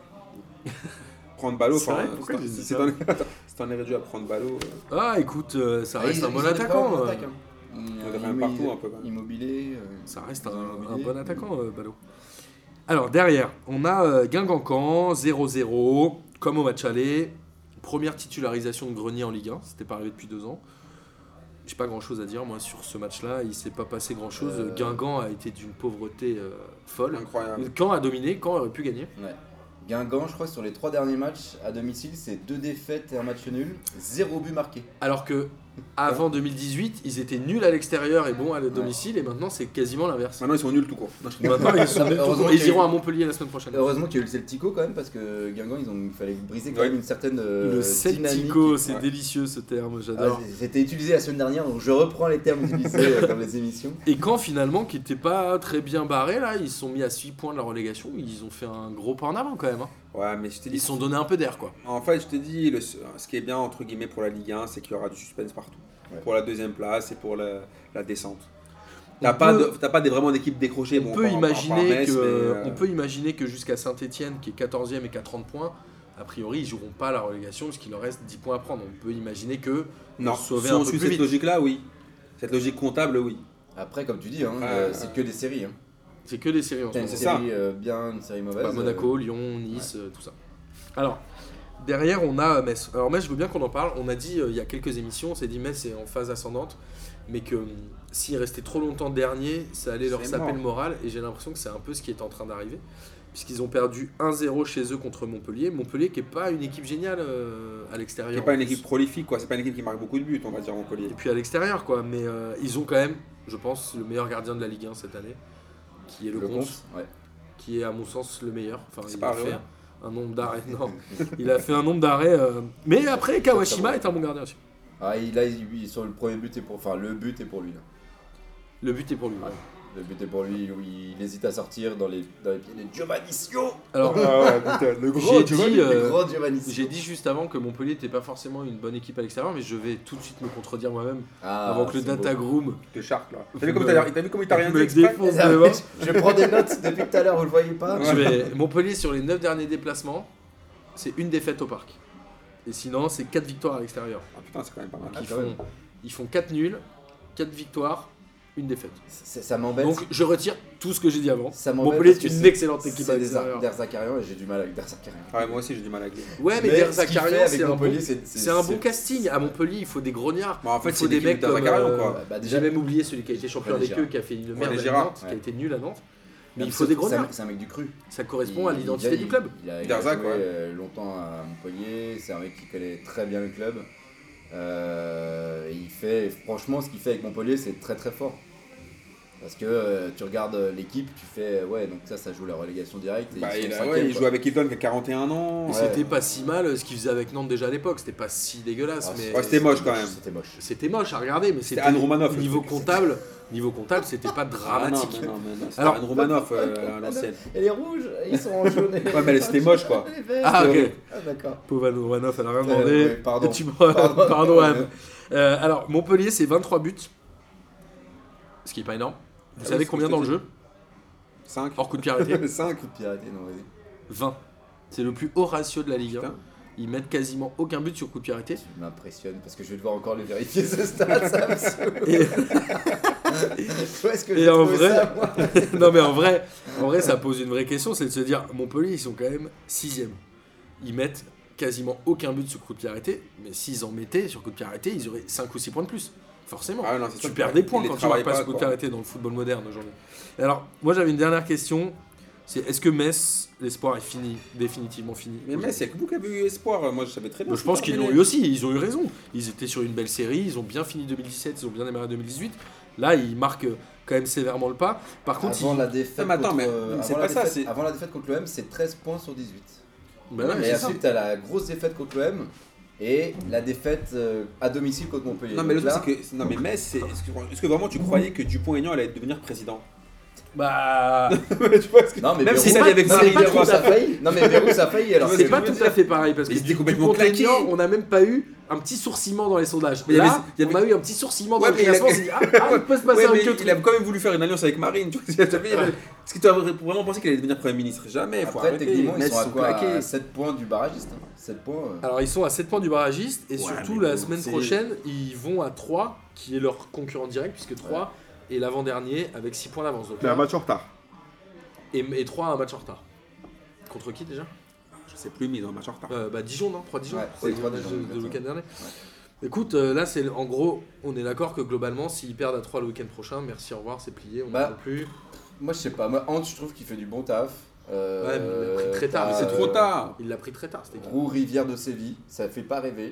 Prendre ballot, C'est enfin, vrai, pourquoi j'ai dit si ça t'en es réduit à prendre ballot. Ah, écoute, ça reste un bon ils ont des attaquant. grands attaques, hein. Il devrait même partout, un peu, quand même. Immobilier. Ça reste Ils ont un immobilier. bon attaquant, Ballot. Alors, derrière, on a Guingamp, 0-0, comme au match aller. Première titularisation de Grenier en Ligue 1, c'était pas arrivé depuis 2 ans. J'ai pas grand chose à dire, moi, sur ce match-là. Il s'est pas passé grand chose. Guingamp a été d'une pauvreté folle. Incroyable. Caen a dominé, Caen aurait pu gagner. Ouais. Guingamp, je crois, sur les 3 derniers matchs à domicile, c'est 2 défaites et un match nul, 0 but marqué. Alors que avant 2018, ils étaient nuls à l'extérieur et bons à domicile, et maintenant c'est quasiment l'inverse. Maintenant, ils sont nuls tout court. Maintenant ils sont nuls tout Heureusement court. Ils qu'il y a iront eu- à Montpellier la semaine prochaine. Heureusement qu'il y a eu le Celtico quand même, parce que Guingamp, il fallait briser quand Ouais. même une certaine Le dynamique. Celtico, c'est Ouais. délicieux ce terme, Ah, j'adore. c'était utilisé la semaine dernière, donc je reprends les termes utilisés dans les émissions. Et quand finalement, qui n'était pas très bien barré, là, ils se sont mis à 6 points de la relégation, ils ont fait un gros pas en avant quand même. Hein. Ouais, mais je t'ai dit. Ils se sont donné un peu d'air quoi. En fait, je t'ai dit, ce qui est bien, entre guillemets, pour la Ligue 1, c'est qu'il y aura du suspense partout. Ouais. Pour la deuxième place et pour la descente. On T'as peut- pas vraiment d'équipe décrochée. On Bon, peut par imaginer Metz, que, mais, on peut imaginer que jusqu'à Saint-Etienne, qui est 14e et qui a 30 points, a priori ils joueront pas la relégation parce qu'il leur reste 10 points à prendre. On peut imaginer que Non, pour sauver si un on peu suit plus cette vite. logique-là, oui. Cette logique comptable, oui. Après, comme tu dis, hein, Ouais, c'est ouais. que des séries. Hein. C'est que des séries en ce T'as une moment. c'est ça. série bien, une série mauvaise. Bah, Monaco, Lyon, Nice, tout ça. Alors, derrière, on a Metz. Alors, Metz, je veux bien qu'on en parle. On a dit il y a quelques émissions, on s'est dit Metz est en phase ascendante, mais que s'ils restaient trop longtemps dernier, ça allait leur C'est saper mort. le moral. Et j'ai l'impression que c'est un peu ce qui est en train d'arriver, puisqu'ils ont perdu 1-0 chez eux contre Montpellier. Montpellier qui n'est pas une équipe géniale à l'extérieur. C'est pas en une plus. équipe prolifique, quoi. C'est pas une équipe qui marque beaucoup de buts, on va dire, Montpellier. Et puis à l'extérieur, quoi. Mais ils ont quand même, je pense, le meilleur gardien de la Ligue 1 cette année, qui est le Le Comte. compte, ouais. Qui est à mon sens le meilleur. Enfin, C'est il pas a vrai. fait un nombre d'arrêts. Non, il a fait un nombre d'arrêts. Mais après, Kawashima est un bon gardien aussi. Ah, sur le premier but, le but est pour lui. Là. Le but est pour lui. ouais. Le but est pour lui, où il hésite à sortir dans les pieds de Giovannisio. Alors, Ah ouais, putain, le j'ai dit, Le grand Giovannisio. j'ai dit juste avant que Montpellier n'était pas forcément une bonne équipe à l'extérieur, mais je vais tout de suite me contredire moi-même Ah, avant que le c'est beau. Datagroom de Shark, là. T'as vu comme il t'a rien dit me exprès défonce Ah, devant. Je prends des notes depuis tout à l'heure, vous le voyez pas. Je vais Montpellier sur les 9 derniers déplacements, c'est une défaite au parc. Et sinon, c'est 4 victoires à l'extérieur. Ah putain, c'est quand même pas mal. Ah, Ils quand même. font 4 nuls, 4 victoires, une défaite. Ça m'embête. Donc je retire tout ce que j'ai dit avant. Ça m'embête Montpellier parce est que une c'est- excellente équipe à C'est l'extérieur. Der Zakarian et j'ai du mal avec Der Zakarian. Ah ouais, moi aussi j'ai du mal avec lui. Ouais, mais Der ce qu'il fait Zakarian, avec c'est un bon, Montpellier, c'est un bon casting. À Montpellier, il faut des grognards. Bah, en fait, il faut c'est des l'équipe mecs de comme. Zakarian, quoi. Bah, J'ai même oublié celui qui a été champion René avec eux, Girard. qui a fait une merde René à Girard, Nantes, qui a ouais. été nul à Nantes. Mais il Même faut des c'est grognards. C'est un mec du cru. Ça correspond à Il- l'identité il- du club. Il a Derzac, joué ouais. longtemps à Montpellier, c'est un mec qui connaît très bien le club. Il fait, franchement, ce qu'il fait avec Montpellier, c'est très très fort. Parce que tu regardes l'équipe, tu fais ouais, donc ça joue la relégation directe. Et Bah, ils sont il cinquième, joue quoi. avec Hilton qui a 41 ans. Et Ouais. c'était pas si mal ce qu'il faisait avec Nantes déjà à l'époque. C'était pas si dégueulasse. Ah, mais Ouais, c'était moche quand même. C'était moche. C'était moche à regarder, mais c'était Anne Romanoff, le niveau truc. comptable. Niveau comptable, c'était pas Ah, dramatique. non, c'était Alors- Anne Romanoff à l'ancienne. Et les rouges, ils sont en jaune. Ouais, mais c'était moche, quoi. Ah, ok. Ah, d'accord. Pauvre Anne Romanoff, elle a rien Ouais, demandé. pardon. Pardon, Anne. Alors, Montpellier, c'est 23 buts. Ce qui est pas énorme. Vous Ah savez oui, c'est combien ce que dans le je jeu 5. Hors coup de pied arrêté 5. Coup de pied arrêté, non, vas-y. 20. C'est le plus haut ratio de la Ligue 1. Putain. ils mettent quasiment aucun but sur coup de pied arrêté. Tu m'impressionnes parce que je vais devoir encore le vérifier ce stade, ça me saoule. Et, Où est-ce que et j'ai en trouvé vrai, ça, moi non mais en vrai, ça pose une vraie question, c'est de se dire, Montpellier, ils sont quand même 6ème. Ils mettent quasiment aucun but sur coup de pied arrêté, mais s'ils en mettaient sur coup de pied arrêté, ils auraient 5 ou 6 points de plus. Forcément. Ah non, c'est Tu ça. perds des points Ils quand les tu marques travaillent pas pas, sur coup de quoi. pied arrêté dans le football moderne aujourd'hui. Et alors, moi j'avais une dernière question, c'est est-ce que Metz, l'espoir est fini, définitivement fini? Mais Metz, il y a que vous qui avez eu espoir. Moi, je savais très bien. Je pense qu'ils l'ont eu aussi, ils ont eu raison. Ils étaient sur une belle série, ils ont bien fini 2017, ils ont bien démarré 2018. Là, ils marquent quand même sévèrement le pas. Par contre, Avant la défaite Non, mais attends, contre, mais c'est avant pas la ça, défaite- c'est- avant la défaite contre l'OM, c'est 13 points sur 18. bah ouais, mais Et c'est ça. ensuite, t'as la grosse défaite contre l'OM et la défaite à domicile contre Montpellier. Non, mais le Donc truc, c'est que. Non, mais Metz, est-ce que vraiment tu croyais que Dupont-Aignan allait devenir président? Bah, Tu vois ce que. Non, mais Même Bérou- si ça allait avec non, mais Marine, Bérou, ça a failli. Non, mais Bérou, ça a failli. Alors, Tu vois, c'est ce pas que je tout veux à fait pareil parce Mais que ils étaient du complètement Dupont-Aignan, claqués. on n'a même pas eu un petit sourcillement dans les sondages. Mais il y avait- Là, il y avait- on a eu un petit sourcillement dans Ouais, le mais il a- classement. On s'est dit, il peut se passer Ouais, un mais que il a quand même voulu faire une alliance avec Marine. Tu vois, est-ce que tu as vraiment pensé qu'il allait devenir Premier ministre? Jamais. Faut Après, arrêter. techniquement, ils Metz, sont à quoi claqués. À 7 points du barragiste. 7 points. Alors ils sont à 7 points du barragiste et Ouais, surtout mais la bon, semaine c'est- prochaine ils vont à 3 qui est leur concurrent direct puisque 3 est l'avant-dernier avec 6 points d'avance. Donc Mais un là, match en retard. et 3 a un match en retard. Contre qui déjà Je sais plus, mais ils ont un match en retard. Dijon, non 3 Dijon Ouais, c'est c'est 3 le match Dijon, de exactement. week-end dernier. Écoute, là c'est en gros, on est d'accord que globalement s'ils perdent à 3 le week-end prochain, merci, au revoir, c'est plié, on Bah, n'en peut plus. Moi, je sais pas. Moi, Ant, je trouve qu'il fait du bon taf. Ouais, mais il l'a pris très tard, t'as, mais C'est trop tard. Il l'a pris très tard cette équipe. Roux, Rivière de Séville, ça fait pas rêver.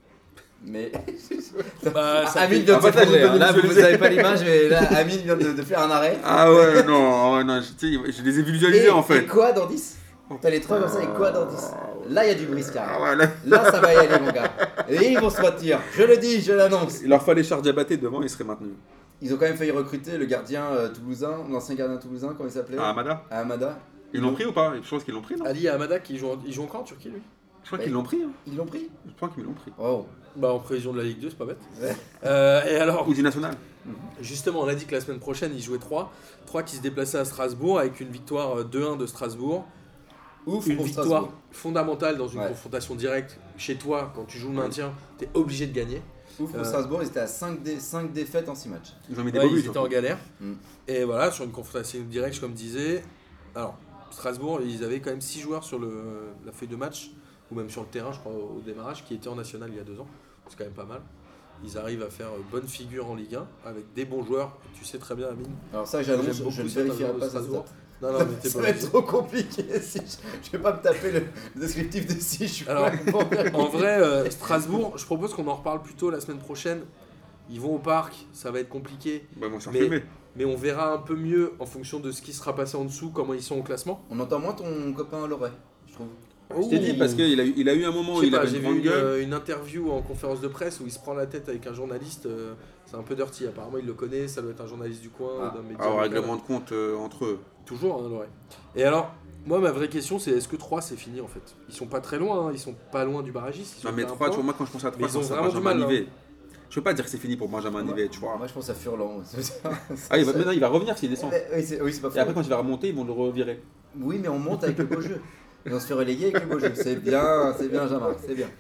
Mais. Bah, ça Amine fait- vient de En fait, se prendre là, une- là, vous visualisé. avez pas l'image, mais là, Amine vient de faire un arrêt. Ah ouais, non, tu sais, je les ai visualisés en Et fait. quoi dans 10 T'as les 3 comme ça, et quoi dans 10 Là, il y a du briscard. Ah ouais, là, Là, ça va y aller, mon gars. Et ils vont se maintenir. Je le dis, je l'annonce. il leur fallait Charles Diabaté devant, ils seraient maintenus. Ils ont quand même failli recruter le gardien toulousain, l'ancien gardien toulousain, comment il s'appelait Ah, Amada. Hamada. Ils l'ont pris ou pas? Je pense qu'ils l'ont pris, non? Ali Hamada qui joue encore en Turquie lui. Je crois qu'ils l'ont pris. Hein. Ils l'ont pris Je crois qu'ils l'ont pris. Oh. Bah en prévision de la Ligue 2, c'est pas bête. Ouais. Et alors Ou du national. justement, on a dit que la semaine prochaine, ils jouaient 3. 3 qui se déplaçaient à Strasbourg avec une victoire 2-1 de Strasbourg. Ouf Une pour victoire Strasbourg. fondamentale dans une Ouais. confrontation directe. Chez toi, quand tu joues le maintien, t'es obligé de gagner. Ouf pour Strasbourg, ils étaient à 5 défaites en 6 matchs. Ils ont mis des Ouais, beaux buts. ils étaient en galère. Mm. Et voilà, sur une confrontation directe, comme je disais. Alors, Strasbourg, ils avaient quand même 6 joueurs sur la feuille de match, ou même sur le terrain, je crois, au démarrage, qui étaient en national il y a 2 ans. C'est quand même pas mal. Ils arrivent à faire bonne figure en Ligue 1 avec des bons joueurs. Tu sais très bien, Amine. Alors ça, J'aime j'annonce, beaucoup je ne certains vérifierai joueurs de pas ça. Strasbourg. Non, non, mais t'es Ça pas va être obligé. trop compliqué si je vais pas me taper le descriptif de si je suis Alors, pas bon. En vrai, Strasbourg, je propose qu'on en reparle plus tôt la semaine prochaine. Ils vont au parc, ça va être compliqué. Bah, ils vont se faire Mais- filmer. Mais on verra un peu mieux en fonction de ce qui sera passé en dessous, comment ils sont au classement. On entend moins ton copain Loret, je trouve. Je t'ai dit parce qu'il a eu un moment Je où sais il pas, avait j'ai une vu grande gueule. une interview en conférence de presse où il se prend la tête avec un journaliste. C'est un peu dirty. Apparemment, il le connaît. Ça doit être un journaliste du coin. Ah. D'un média Ah, au local. règlement de compte entre eux. Toujours, hein, Loré. Et alors, moi, ma vraie question, c'est est-ce que 3 c'est fini en fait? Ils sont pas très loin. Hein, ils sont pas loin du barragiste. Ils sont Non, mais qu'à un 3, tu vois, point. moi quand je pense à 3, Mais ils ont c'est vraiment du Benjamin mal, Nivet. Je peux pas dire que c'est fini pour Benjamin Nivet, tu vois. Moi, je pense à Furlan. Ah, maintenant il va revenir s'il descend. Oui, c'est pas Et après, faux. quand il va remonter, ils vont le revirer. Oui, mais on monte avec le beau jeu. Et on se fait reléguer avec le beau jeu. C'est bien, Jean-Marc, c'est bien.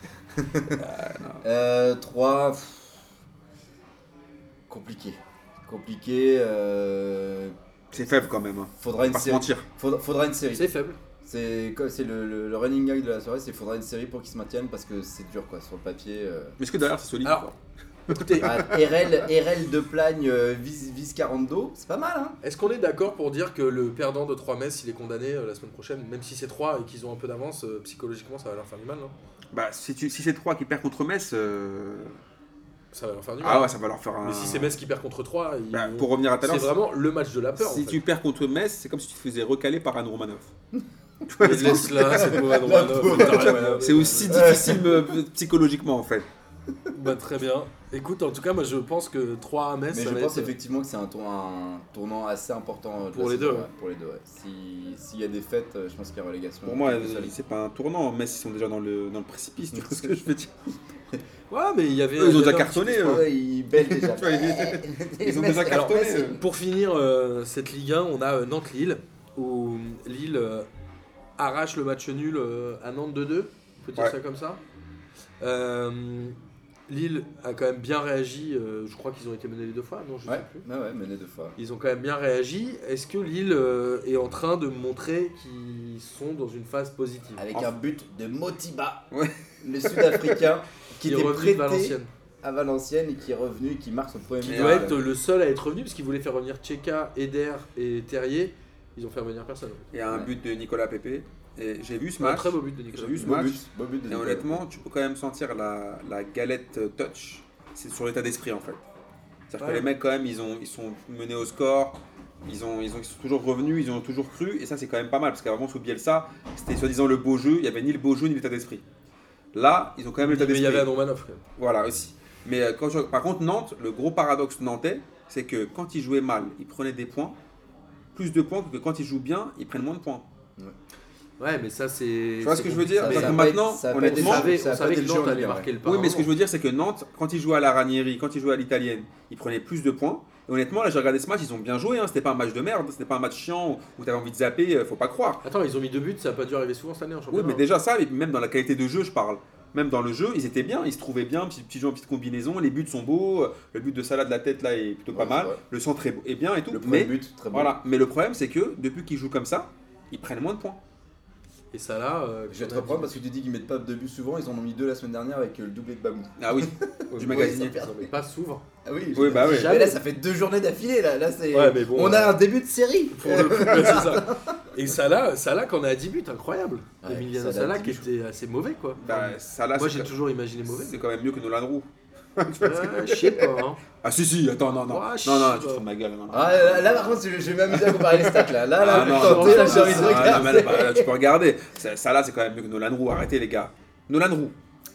3. Compliqué. C'est faible quand même. Hein. Faudra une Pas se série. mentir. Faudra une série. C'est faible. C'est le running gag de la soirée, c'est faudra une série pour qu'ils se maintiennent parce que c'est dur quoi sur le papier. Mais est-ce que derrière c'est solide Alors, quoi Écoutez, RL de Plagne vis 42, c'est pas mal hein. est-ce qu'on est d'accord pour dire que le perdant de 3 Metz, il est condamné la semaine prochaine, même si c'est 3 et qu'ils ont un peu d'avance, psychologiquement ça va leur faire du mal, non? Bah, si c'est 3 qui perd contre Metz. Ça va leur faire du mal. Ah ouais, ça va leur faire un. Mais si c'est Metz qui perd contre 3, Bah, pour revenir à tout à c'est l'heure, vraiment le match de la peur. si en fait. tu perds contre Metz, c'est comme si tu te faisais recaler par Anne Romanoff. Mais laisse là, c'est pas Romanov. C'est aussi difficile psychologiquement en fait. Bah très bien. Écoute, en tout cas, moi je pense que 3 à Metz, Mais ça je va pense être... effectivement que c'est un tournant assez important de Pour la les saison, deux, ouais. Pour les deux, ouais. S'il y a des fêtes, je pense qu'il y a relégation. Pour moi, Plus solide. c'est pas un tournant. Metz, ils sont déjà dans le précipice, tu vois ce que je veux dire. Ouais, mais il y avait... Eux, ils ont il y déjà avait un cartonné. petit- Ouais, ils bêlent déjà. Tu vois, ils ont déjà cartonné. Pour finir cette Ligue 1, on a Nantes-Lille, où Lille arrache le match nul à Nantes 2-2. peut dire ça comme ça. Lille a quand même bien réagi, je crois qu'ils ont été menés les 2 fois, non je sais plus. Ouais, menés 2 fois. Ils ont quand même bien réagi. Est-ce que Lille est en train de montrer qu'ils sont dans une phase positive? Avec un but de Motiba, Ouais. le Sud-Africain, qui est était revenu de prêté Valenciennes. à Valenciennes et qui est revenu et qui marque son premier Qui but. doit être le seul à être revenu parce qu'ils voulaient faire revenir Tcheka, Eder et Terrier. Ils ont fait revenir personne. Il y a un but de Nicolas Pepe. Et j'ai vu ce Un match. très beau but de Nicolas. J'ai vu ce Beau match. but de Et Nicolas. honnêtement, tu peux quand même sentir la galette touch. C'est sur l'état d'esprit en fait. C'est-à-dire que Ouais. les mecs quand même, ils sont menés au score. Ils sont toujours revenus, ils ont toujours cru. Et ça, c'est quand même pas mal. Parce qu'avant, sous Bielsa, c'était soi-disant le beau jeu. Il n'y avait ni le beau jeu ni l'état d'esprit. Là, ils ont quand même l'état Mais il d'esprit. y avait un Romanov quand même. Voilà aussi. Mais par contre, Nantes, le gros paradoxe nantais, c'est que quand ils jouaient mal, ils prenaient des points. Plus de points que quand ils jouent bien, ils prennent moins de points. Ouais, mais ça c'est. Tu vois ce que je veux dire? Ça C'est-à-dire a que pas maintenant, été- ça a pas été- On honnêtement, savait, ça a on pas savait été que le Nantes jeu, allait ouais. marquer le pas. oui, mais ce que je veux dire, c'est que Nantes, quand ils jouaient à la Ranieri, quand ils jouaient à l'italienne, ils prenaient plus de points. Et honnêtement, là, j'ai regardé ce match, ils ont bien joué. C'était pas un match de merde, c'était pas un match chiant où tu avais envie de zapper, faut pas croire. Attends, ils ont mis 2 buts, ça a pas dû arriver souvent cette année en Oui, championnat. mais déjà ça, et même dans la qualité de jeu, je parle. Même dans le jeu, ils étaient bien, ils se trouvaient bien, petit jeu en petite combinaison, les buts sont beaux, le but de Salah de la tête là est plutôt pas Ouais, mal, ouais. le centre est bien et tout. Le premier Mais but, très bon. voilà, mais le problème c'est que depuis qu'ils jouent comme ça, ils prennent moins de points. Et ça là. Je vais te reprendre parce que tu dis qu'ils mettent pas de but souvent, ils en ont mis 2 la semaine dernière avec le doublé de Babou. Ah oui, du magasinier. Non, mais pas souvent. Ah oui, Oui, bah oui. Mais là ça fait 2 journées d'affilée là c'est. Ouais, mais bon, on a un début de série. Pour le coup, ouais, c'est ça. Et Salah qu'on a à 10 buts, incroyable. Ouais, Emiliano Salah, Salah 10 qui était assez mauvais quoi. Bah, Salah, Moi c'est j'ai toujours imaginé mauvais. c'est quand même mieux que Nolan Roux. Ouais, je sais pas. Hein. Ah si, attends, non, Ouais, je non, sais tu te pas. fous de ma gueule. Non. Ah, là par contre je vais m'amuser à comparer les stats là. Là, Ah, vous non, tentez, non, là non, j'ai envie de non, regarder. là, tu peux regarder. Ça, c'est quand même mieux que Nolan Roux. Arrêtez les gars. Nolan Roux.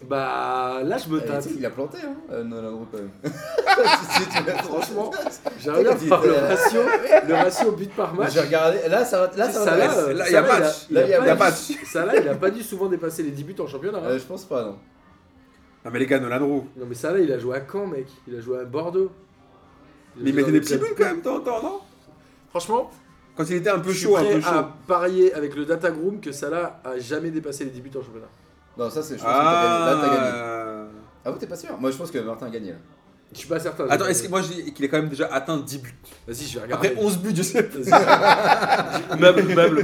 Bah là je me Tu tâte. sais qu'il a planté hein, Nolan Roux quand même. Franchement, j'aimerais bien voir le ratio but par match. J'ai regardé, là ça va. Salah, Là, il y a match. Là, il y a pas match. dû- Salah, il a pas dû souvent dépasser les 10 buts en championnat. Hein. Je pense pas non. Non mais les gars, Nolan Roux. Non mais Salah, il a joué à Caen, mec. Il a joué à Bordeaux. Mais il mettait des petits buts quand même, de temps en temps, non? Franchement, Quand il était un peu je suis chaud, un prêt peu chaud. à parier avec le Data Groom que Salah a jamais dépassé les 10 buts en championnat. Non, ça c'est. Je pense que t'as gagné. Là t'as gagné. Ah. Ah vous t'es pas sûr? Moi je pense que Martin a gagné là. Je suis pas certain. Attends, est-ce que moi je dis qu'il a quand même déjà atteint 10 buts? Vas-y, je vais regarder. Après 11 buts, je sais. Même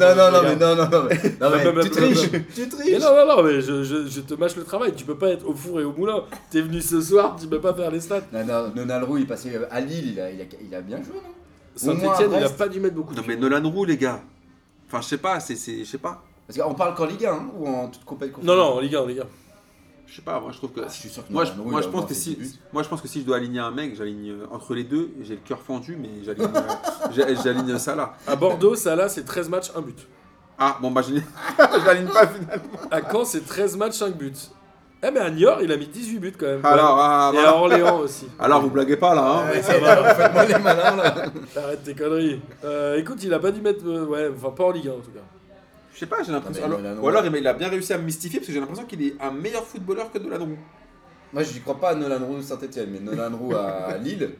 Non, tu triches. Tu Mais triches. non, mais je te mâche le travail. Tu peux pas être au four et au moulin. T'es venu ce soir, tu peux pas faire les stats. Non, Nolan Roux il passait à Lille, il a bien joué non? Saint-Etienne, il a Brest. pas dû mettre beaucoup de Non mais buts. Nolan Roux, les gars. Enfin, je sais pas, je sais pas. Parce qu'on parle qu'en Ligue 1 hein, ou en toute compétition. Non, en Ligue 1, en Ligue 1. Je sais pas, moi je trouve que. Je suis sûr que Moi, Nolan Roux, moi, il je va pense avoir que ses si, buts. moi je pense que si je dois aligner un mec, j'aligne entre les deux. J'ai le cœur fendu, mais j'aligne Salah. À Bordeaux, Salah, c'est 13 matchs, 1 but. Ah bon bah je l'aligne pas finalement. À Caen, c'est 13 matchs, 5 buts. Eh mais à Niort, il a mis 18 buts quand même. Alors, Et voilà. à Orléans aussi. Alors vous blaguez pas là, hein. Ouais, ça va, faites-moi les malins là. Arrête tes conneries. Écoute, il a pas dû mettre. Ouais, enfin pas en Ligue 1 en tout cas. Je sais pas, j'ai l'impression. Ah, mais Alors- Nolan ou alors il a bien réussi à me mystifier parce que j'ai l'impression qu'il est un meilleur footballeur que Nolan Roux. Moi je crois pas à Nolan Roux Saint-Etienne, mais Nolan Roux à Lille.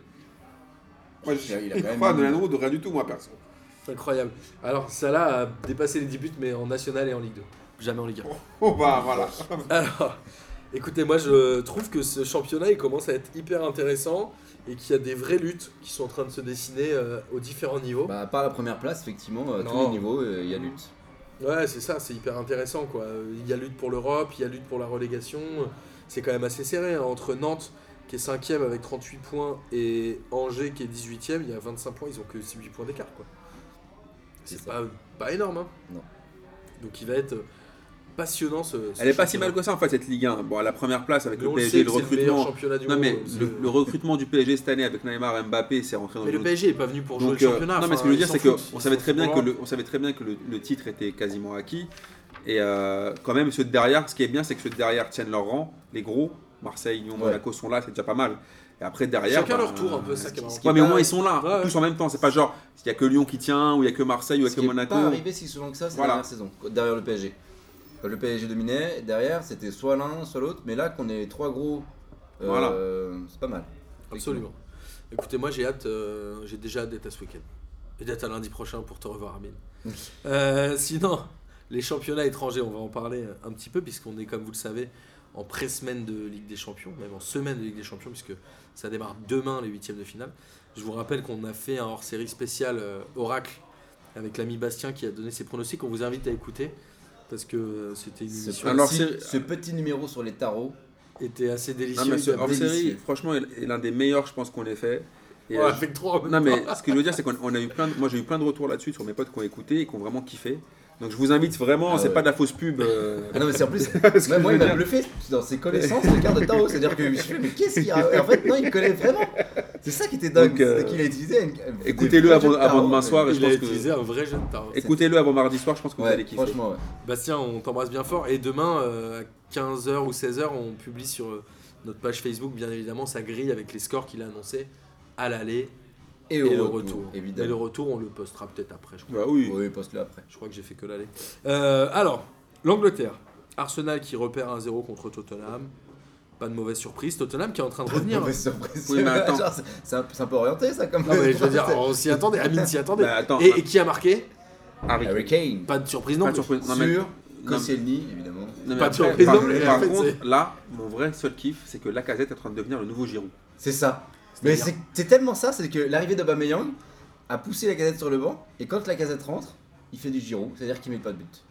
Moi Il a je quand même crois à mis- Nolan Roux de rien du tout, moi perso. Incroyable. Alors, Salah a dépassé les 10 buts, mais en National et en Ligue 2. Jamais en Ligue 1. Oh bah voilà. Alors, écoutez, moi je trouve que ce championnat il commence à être hyper intéressant et qu'il y a des vraies luttes qui sont en train de se dessiner aux différents niveaux. Bah, par la première place, effectivement, à tous Non. les niveaux, il y a lutte. Ouais, c'est ça, c'est hyper intéressant quoi. Il y a lutte pour l'Europe, il y a lutte pour la relégation. C'est quand même assez serré hein. Entre Nantes qui est 5ème avec 38 points et Angers qui est 18ème, il y a 25 points, ils ont que 8 points d'écart quoi. C'est C'est ça. pas énorme hein. Non. Donc il va être passionnant ce Elle est pas si championnat. mal que ça en fait cette Ligue 1. Bon, à la première place avec Mais le on le PSG, sait le que c'est le meilleur recrutement. championnat du Non monde. mais c'est- le recrutement du PSG cette année avec Neymar et Mbappé, c'est rentré dans Mais une le PSG est pas venu pour jouer Donc, le championnat. non mais ce enfin, que je veux ils dire s'en c'est que foutent. on Ils savait s'en très bien foutent que vraiment. on savait très bien que le titre était quasiment acquis et quand même ceux de derrière, ce qui est bien c'est que ceux de derrière tiennent leur rang, les gros, Marseille, Lyon, Ouais. Monaco sont là, c'est déjà pas mal. Et après derrière Chacun bah, leur tour un peu, ça qui est marrant. Ouais mais au moins ils sont là, Ouais, ouais. tous en même temps, c'est pas genre il y a que Lyon qui tient ou il y a que Marseille ou il y a Ce que qui est Monaco. pas arrivé si souvent que ça, c'est Voilà. la dernière saison, derrière le PSG. Quand le PSG dominait, derrière c'était soit l'un, soit l'autre, mais là qu'on est 3 gros, Voilà. c'est pas mal. Absolument. Écoutez, moi j'ai hâte, j'ai déjà hâte d'être à ce week-end. Et d'être à lundi prochain pour te revoir, Amine. Sinon, les championnats étrangers, on va en parler un petit peu, puisqu'on est, comme vous le savez, en pré-semaine de Ligue des Champions, même en semaine de Ligue des Champions, puisque ça démarre demain les huitièmes de finale. Je vous rappelle qu'on a fait un hors-série spécial Oracle avec l'ami Bastien qui a donné ses pronostics. On vous invite à écouter parce que c'était une émission Ce petit numéro sur les tarots était assez délicieux. Non, mais ce Il a hors-série, délicieux. franchement, est l'un des meilleurs, je pense, qu'on ait fait. Et, Ouais, avec 3 non, mais ce que je veux dire, c'est qu'on a eu moi j'ai eu plein de retours là-dessus sur mes potes qui ont écouté et qui ont vraiment kiffé. Donc je vous invite vraiment, c'est pas de la fausse pub. Ah non, mais c'est en plus, Ce que moi je il veux m'a dire. bluffé dans ses connaissances de cartes de tarot. C'est-à-dire que je fais, mais qu'est-ce qu'il y a? Et en fait, non, il connaît vraiment. C'est ça qui était dingue. Donc, c'est qu'il a utilisé. Écoutez-le avant demain soir. Et je Il a pense utilisé que... un vrai jeu de tarot. Écoutez-le avant mardi soir, je pense que vous allez Ouais, kiffer. franchement, ouais. Bastien, on t'embrasse bien fort. Et demain, à 15h ou 16h, on publie sur notre page Facebook, bien évidemment, sa grille avec les scores qu'il a annoncés à l'aller Et et le au retour. évidemment. Et le retour, on le postera peut-être après, je crois. Bah oui. Oui, poste-le après. Je crois que j'ai fait que l'aller. Alors, l'Angleterre. Arsenal qui repère 1-0 contre Tottenham. Pas de mauvaise surprise. Tottenham qui est en train de revenir. Mauvaise surprise. Oui, mais attends. Genre, c'est un peu orienté ça comme. Non, mais je veux dire, on s'y attendait. Amine s'y attendait. Bah, attends, Et qui a marqué? Harry Kane. Pas de surprise non Pas de plus. surprise. Non, mais- Sur non, Koscielny, évidemment. non, mais Pas de après, surprise par, non plus, par en fait, contre, c'est- là, mon vrai seul kiff, c'est que Lacazette est en train de devenir le nouveau Giroud. C'est ça. Mais C'est-à-dire c'est tellement ça, c'est que l'arrivée d'Aubameyang a poussé la Lacazette sur le banc, et quand la Lacazette rentre, il fait du Giroud, c'est-à-dire qu'il met pas de but.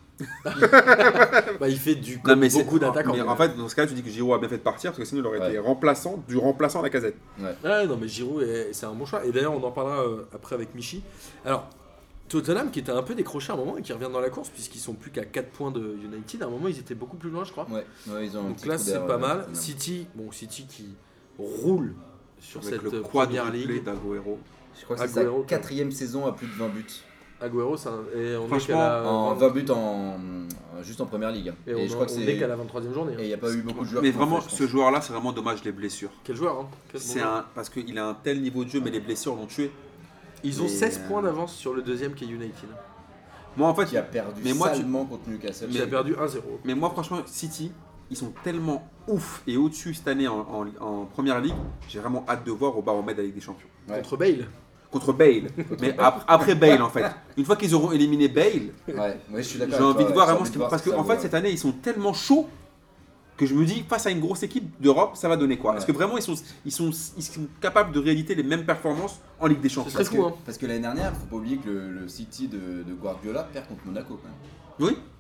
Bah, il fait du Non, comme mais c'est- beaucoup d'attaquants. mais en fait, dans ce cas, tu dis que Giroud a bien fait de partir parce que sinon il aurait Ouais. été remplaçant à Lacazette. Ouais, non, mais Giroud, c'est un bon choix. Et d'ailleurs, on en parlera après avec Michi. Alors, Tottenham qui était un peu décroché à un moment et qui revient dans la course, puisqu'ils sont plus qu'à 4 points de United. À un moment, ils étaient beaucoup plus loin, je crois. Ouais, ils ont un Donc petit là, trou c'est d'air, pas mal. Tottenham. City qui roule sur Avec cette le première quadruplé ligue. d'Aguero. Je crois que c'est sa Agüero, 4ème saison à plus de 20 buts. Agüero, et on est Franchement, qu'à la, En 20 buts juste en première ligue. et on, je crois que on est c'est. qu'à la 23e journée. Et il n'y a pas eu beaucoup de joueurs. Mais qui l'ont vraiment, fait, je ce pense. joueur-là, c'est vraiment dommage les blessures. Quel joueur, hein. Quel bon C'est joueur. parce qu'il a un tel niveau de jeu, mais les blessures l'ont tué. Ils ont Mais, 16 points d'avance sur le deuxième qui est United. Moi, en fait, Qui a perdu Mais moi, salement contre Newcastle. Qui a perdu 1-0. mais moi, franchement, City, ils sont tellement ouf et au-dessus cette année en première ligue. J'ai vraiment hâte de voir au baromètre de la Ligue des Champions. Ouais. Contre Bale. Contre Bale. Mais après Bale, en fait. Une fois qu'ils auront éliminé Bale, Ouais, je suis d'accord. j'ai envie de voir vraiment ce ce qu'ils Parce qu'en fait, cette année, ils sont tellement chauds que je me dis, face à une grosse équipe d'Europe, ça va donner quoi? Ouais. Parce que vraiment, ils sont capables de rééditer les mêmes performances en Ligue des Champions. serait fou, hein. Parce que l'année dernière, faut pas oublier que le City de Guardiola perd contre Monaco quand même. Oui,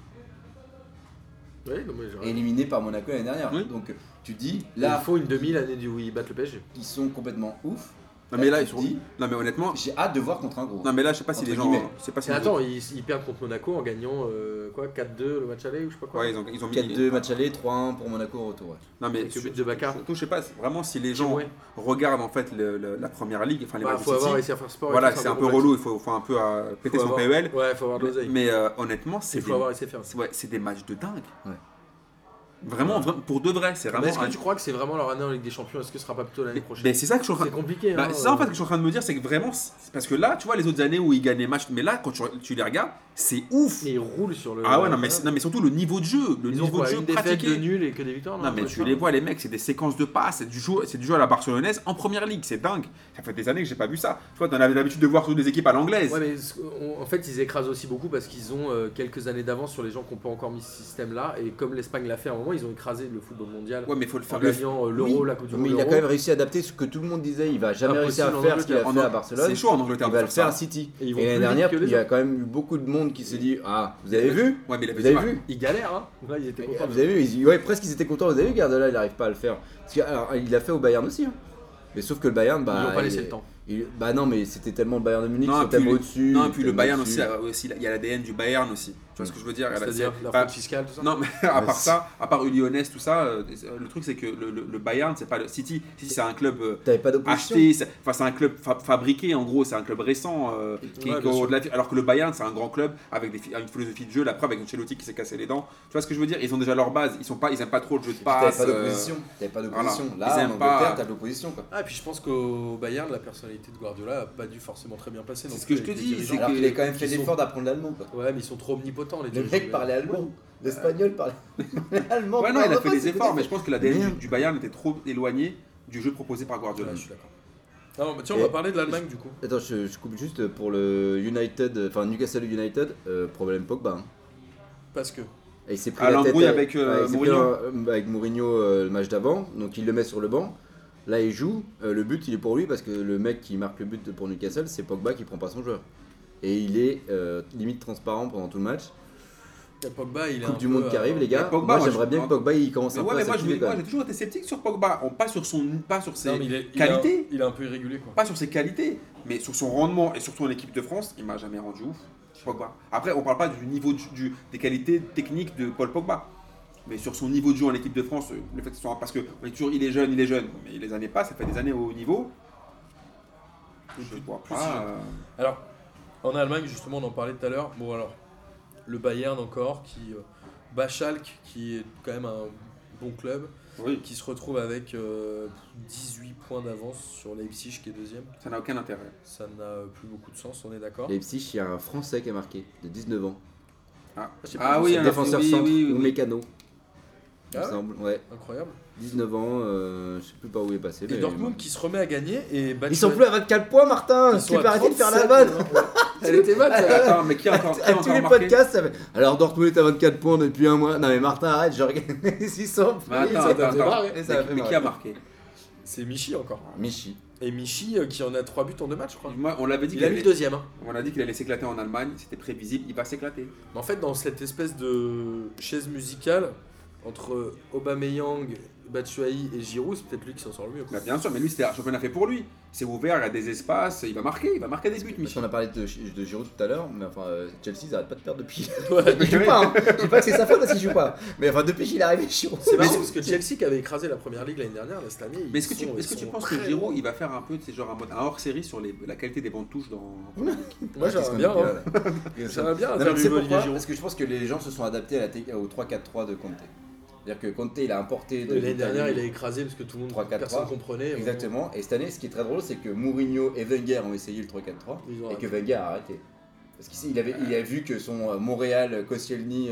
Oui, non, mais j'ai Et raison. éliminé par Monaco l'année dernière. Oui. Donc tu dis, Il là, faut une demi l'année où ils battent le PSG. ils sont complètement ouf. non, mais là, tu ils te sont. dis, Non, mais honnêtement, j'ai hâte de voir contre un gros. non, mais là, je sais pas si Entre les gens. guillemets. Je sais pas si Mais les- attends, ils perdent contre Monaco en gagnant 4-2 le match aller ou je sais pas quoi. Ouais, ils ont mis. 4-2 match aller, 3-1 pour Monaco au retour. Ouais. Non, mais Avec le but de Bakar. surtout, je sais pas, vraiment si les gens Ouais. regardent en fait la première ligue, enfin les Bah, matchs de faut avoir City, réussi à faire sport. et voilà, tout, c'est un peu complexe. relou, il faut un peu péter Faut son avoir- PEL. Ouais, faut avoir de l'oseille. Mais honnêtement, c'est Il faut avoir essayé de faire ça. c'est des matchs de dingue. Ouais. Vraiment, pour de vrai, c'est Mais vraiment. est-ce que tu crois que c'est vraiment leur année en Ligue des Champions? Est-ce que ce sera pas plutôt l'année prochaine? Mais c'est ça que je suis en train C'est compliqué. Bah, hein, c'est ça en fait que je suis en train de me dire, c'est que vraiment, parce que là, tu vois, les autres années où ils gagnent les matchs, mais là, quand tu les regardes, c'est ouf. Mais ils roulent sur le. Ah ouais, non mais surtout le niveau de jeu, le Ils ont niveau quoi, de jeu une défaite de pratiqué. nul et que des victoires. Non mais tu les vois les mecs, c'est des séquences de passes, c'est du jeu à la barcelonaise en première ligue, c'est dingue. Ça fait des années que j'ai pas vu ça. Tu vois, t'en avais l'habitude de voir sur des équipes à l'anglaise. Ouais, mais en fait, ils écrasent aussi beaucoup parce qu'ils ont quelques années d'avance sur les gens qui n'ont pas encore mis ce système-là. Et comme l'Espagne l'a fait à un moment, ils ont écrasé le football mondial Ouais, mais faut le en faire. gagnant l'Euro, Oui, la Coupe du mais Monde. il a l'Euro. quand même réussi à adapter ce que tout le monde disait. Il va jamais réussir à Impossible en faire ce qu'il a Angleterre. fait à Barcelone. C'est chaud en Angleterre Il de va le faire à ça. City. Et ils Et vont l'année plus dernière, vite que les il y a autres. quand même eu beaucoup de monde qui s'est dit, ah, vous avez vu? Ouais, mais il avait Vous du avez mal. vu? Ils galèrent, hein. Là, ils étaient contents. Vous avez vu? Ouais, presque ils étaient contents. Vous avez vu, Guardiola, il n'arrive pas à le faire. Parce que, alors, il l'a fait au Bayern aussi. Hein. Mais sauf que le Bayern, Ils bah. n'ont pas laissé le temps. Bah non, mais c'était tellement le Bayern de Munich, Non, ils sont tellement au-dessus. Non, et puis le tellement Bayern au-dessus. aussi, il y a l'ADN du Bayern aussi. Tu vois ce que je veux dire? C'est-à-dire la Enfin, fraude fiscale, tout ça. Non, mais à part Ouais, ça, à part Uli Hoeneß, tout ça, le truc c'est que le Bayern, c'est pas le City. City, c'est un club T'avais pas d'opposition. acheté, c'est un club fabriqué en gros, c'est un club récent. Qui Ouais, est bien sûr. alors que le Bayern, c'est un grand club avec une philosophie de jeu. La preuve avec Ancelotti qui s'est cassé les dents. Tu vois ce que je veux dire? Ils ont déjà leur base. Ils aiment pas trop le jeu de T'avais passe. pas d'opposition. T'avais pas d'opposition. voilà. Ils Là, aiment en pas- Angleterre, t'as de l'opposition, quoi. Ah, et puis je pense qu'au Bayern, la personnalité de Guardiola a pas dû forcément très bien passer. C'est non ce que plus je te avec dis, les dirigeants. c'est Alors que- qu'il a quand même fait qui sont- l'effort d'apprendre l'allemand, quoi. Ouais, mais ils sont trop omnipotents, les Le dirigeants. mec parlait allemand. L'espagnol parlait allemand. Ouais, non, il a fait des c'est efforts, mais je pense que l'ADN Merde. du Bayern était trop éloigné du jeu proposé par Guardiola. Ouais, je suis d'accord. Alors, bah, tiens, on va parler de l'Allemagne du coup. Attends, je coupe juste pour le United, enfin Newcastle United, problème Pogba. Hein. Parce que. Et il s'est pris À la tête l'embrouille avec il s'est pris Mourinho. avec Mourinho le match d'avant, donc il le met sur le banc. Là il joue, le but il est pour lui parce que le mec qui marque le but pour Newcastle c'est Pogba qui prend pas son joueur. Et il est limite transparent pendant tout le match. Pogba, il est Coupe un du peu, monde qui arrive les gars. Pogba, moi j'aimerais bien que Pogba il commence Mais un peu ouais, à mais moi, s'activer quand j'ai même. toujours été sceptique sur Pogba. Pas sur ses Non, mais il est qualités. il est un peu irrégulier quoi. Pas sur ses qualités, mais sur son rendement et surtout en équipe de France, il m'a jamais rendu ouf. Pogba. Après, on parle pas du niveau des qualités techniques de Paul Pogba. Mais sur son niveau de jeu en équipe de France, le fait que ce soit. Parce que on est toujours, il est jeune, mais les années passent, ça fait des années au haut niveau. Je vois plus pas. Alors, en Allemagne, justement, on en parlait tout à l'heure. Bon, alors, le Bayern encore, qui bat Schalke, qui est quand même un bon club, Oui, qui se retrouve avec 18 points d'avance sur Leipzig, qui est deuxième. ça n'a aucun intérêt. Ça n'a plus beaucoup de sens, on est d'accord. Leipzig, il y a un Français qui a marqué de 19 ans. Je sais pas, oui, C'est un défenseur oui, centre oui, ou oui. mécano. Il me Ah ouais semble. Ouais. Incroyable. 19 ans, je sais plus pas où il est passé. Et mais- Dortmund qui se remet à gagner et Ils sont plus à 24 points, Martin. Ils Tu sont peux à arrêter de faire la 37, vanne. ouais. Elle était bonne, celle-là. Attends, mais qui a encore, qui À a tous encore les marqué? podcasts, ça fait. Alors Dortmund est à 24 points depuis un mois. Non mais Martin, arrête, je regarde. Ils sont. Mais attends, Ça t'a fait attends. marrer. Et ça a fait Mais qui marrer. a marqué? C'est Michi encore. Michi. Et Michi qui en a 3 buts en 2 matchs, je crois. Moi, on l'avait dit Il qu'il a mis allait, le deuxième. Hein. on a dit qu'il allait s'éclater en Allemagne, c'était prévisible, il va s'éclater. Mais en fait, dans cette espèce de chaise musicale entre Aubameyang, Batshuayi et Giroud, c'est peut-être lui qui s'en sort le mieux. quoi. Bah, bien sûr, mais lui c'était un championnat fait pour lui. C'est ouvert, il y a des espaces, il va marquer des buts, Parce Michel. qu'on a parlé de Giroud tout à l'heure, mais enfin Chelsea ils arrêtent pas de perdre depuis. Ouais. Il joue pas, hein. Je dis pas que c'est sa faute parce qu'il joue pas. Mais enfin depuis qu'il est arrivé Giroud. C'est marrant parce que Chelsea qui avait écrasé la première ligue l'année dernière, là, cette année. Mais est-ce que tu penses que Giroud il va faire un peu, c'est genre un hors-série sur la qualité des bandes touches dans. Moi j'aimerais bien. Hein. J'aimerais bien Non, mais tu sais interviewer Olivier pourquoi Giroud. Parce que je pense que les gens se sont adaptés au 3-4-3 de Conte. C'est-à-dire que Conte il a importé de L'année dernière, il a l'Italie. écrasé parce que tout le monde, 3-4-3. personne comprenait. Exactement. Et cette année, ce qui est très drôle, c'est que Mourinho et Wenger ont essayé le 3-4-3 Ils ont et que arrêté. Wenger a arrêté. Parce qu'il a vu que son Montréal, Koscielny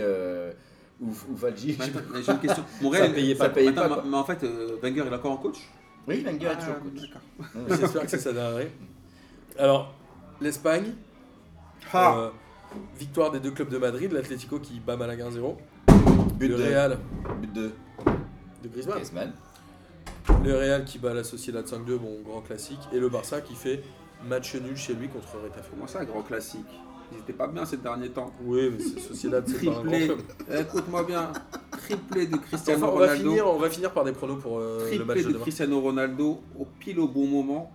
ou Falgi. Mais j'ai une question. Ça payait pas, Attends, quoi. mais en fait, Wenger il est encore en coach? Oui, Wenger est toujours coach. D'accord. J'espère que c'est sa dernière. Alors, l'Espagne, Ah. victoire des deux clubs de Madrid, l'Atlético qui bat Malaga 1-0, But le de Real But de de Griezmann, Griezmann. le Real qui bat la Sociedad 5-2, bon grand classique, et le Barça qui fait match nul chez lui contre Retafe. Comment ça, grand classique? Ils étaient pas bien ces derniers temps. Oui, mais c'est Sociedad, c'est pas un grand Triplé, club. écoute-moi bien, triplé de Cristiano Enfin, Ronaldo. on va finir par des pronos pour le match Triplé de de demain. Cristiano Ronaldo au bon moment.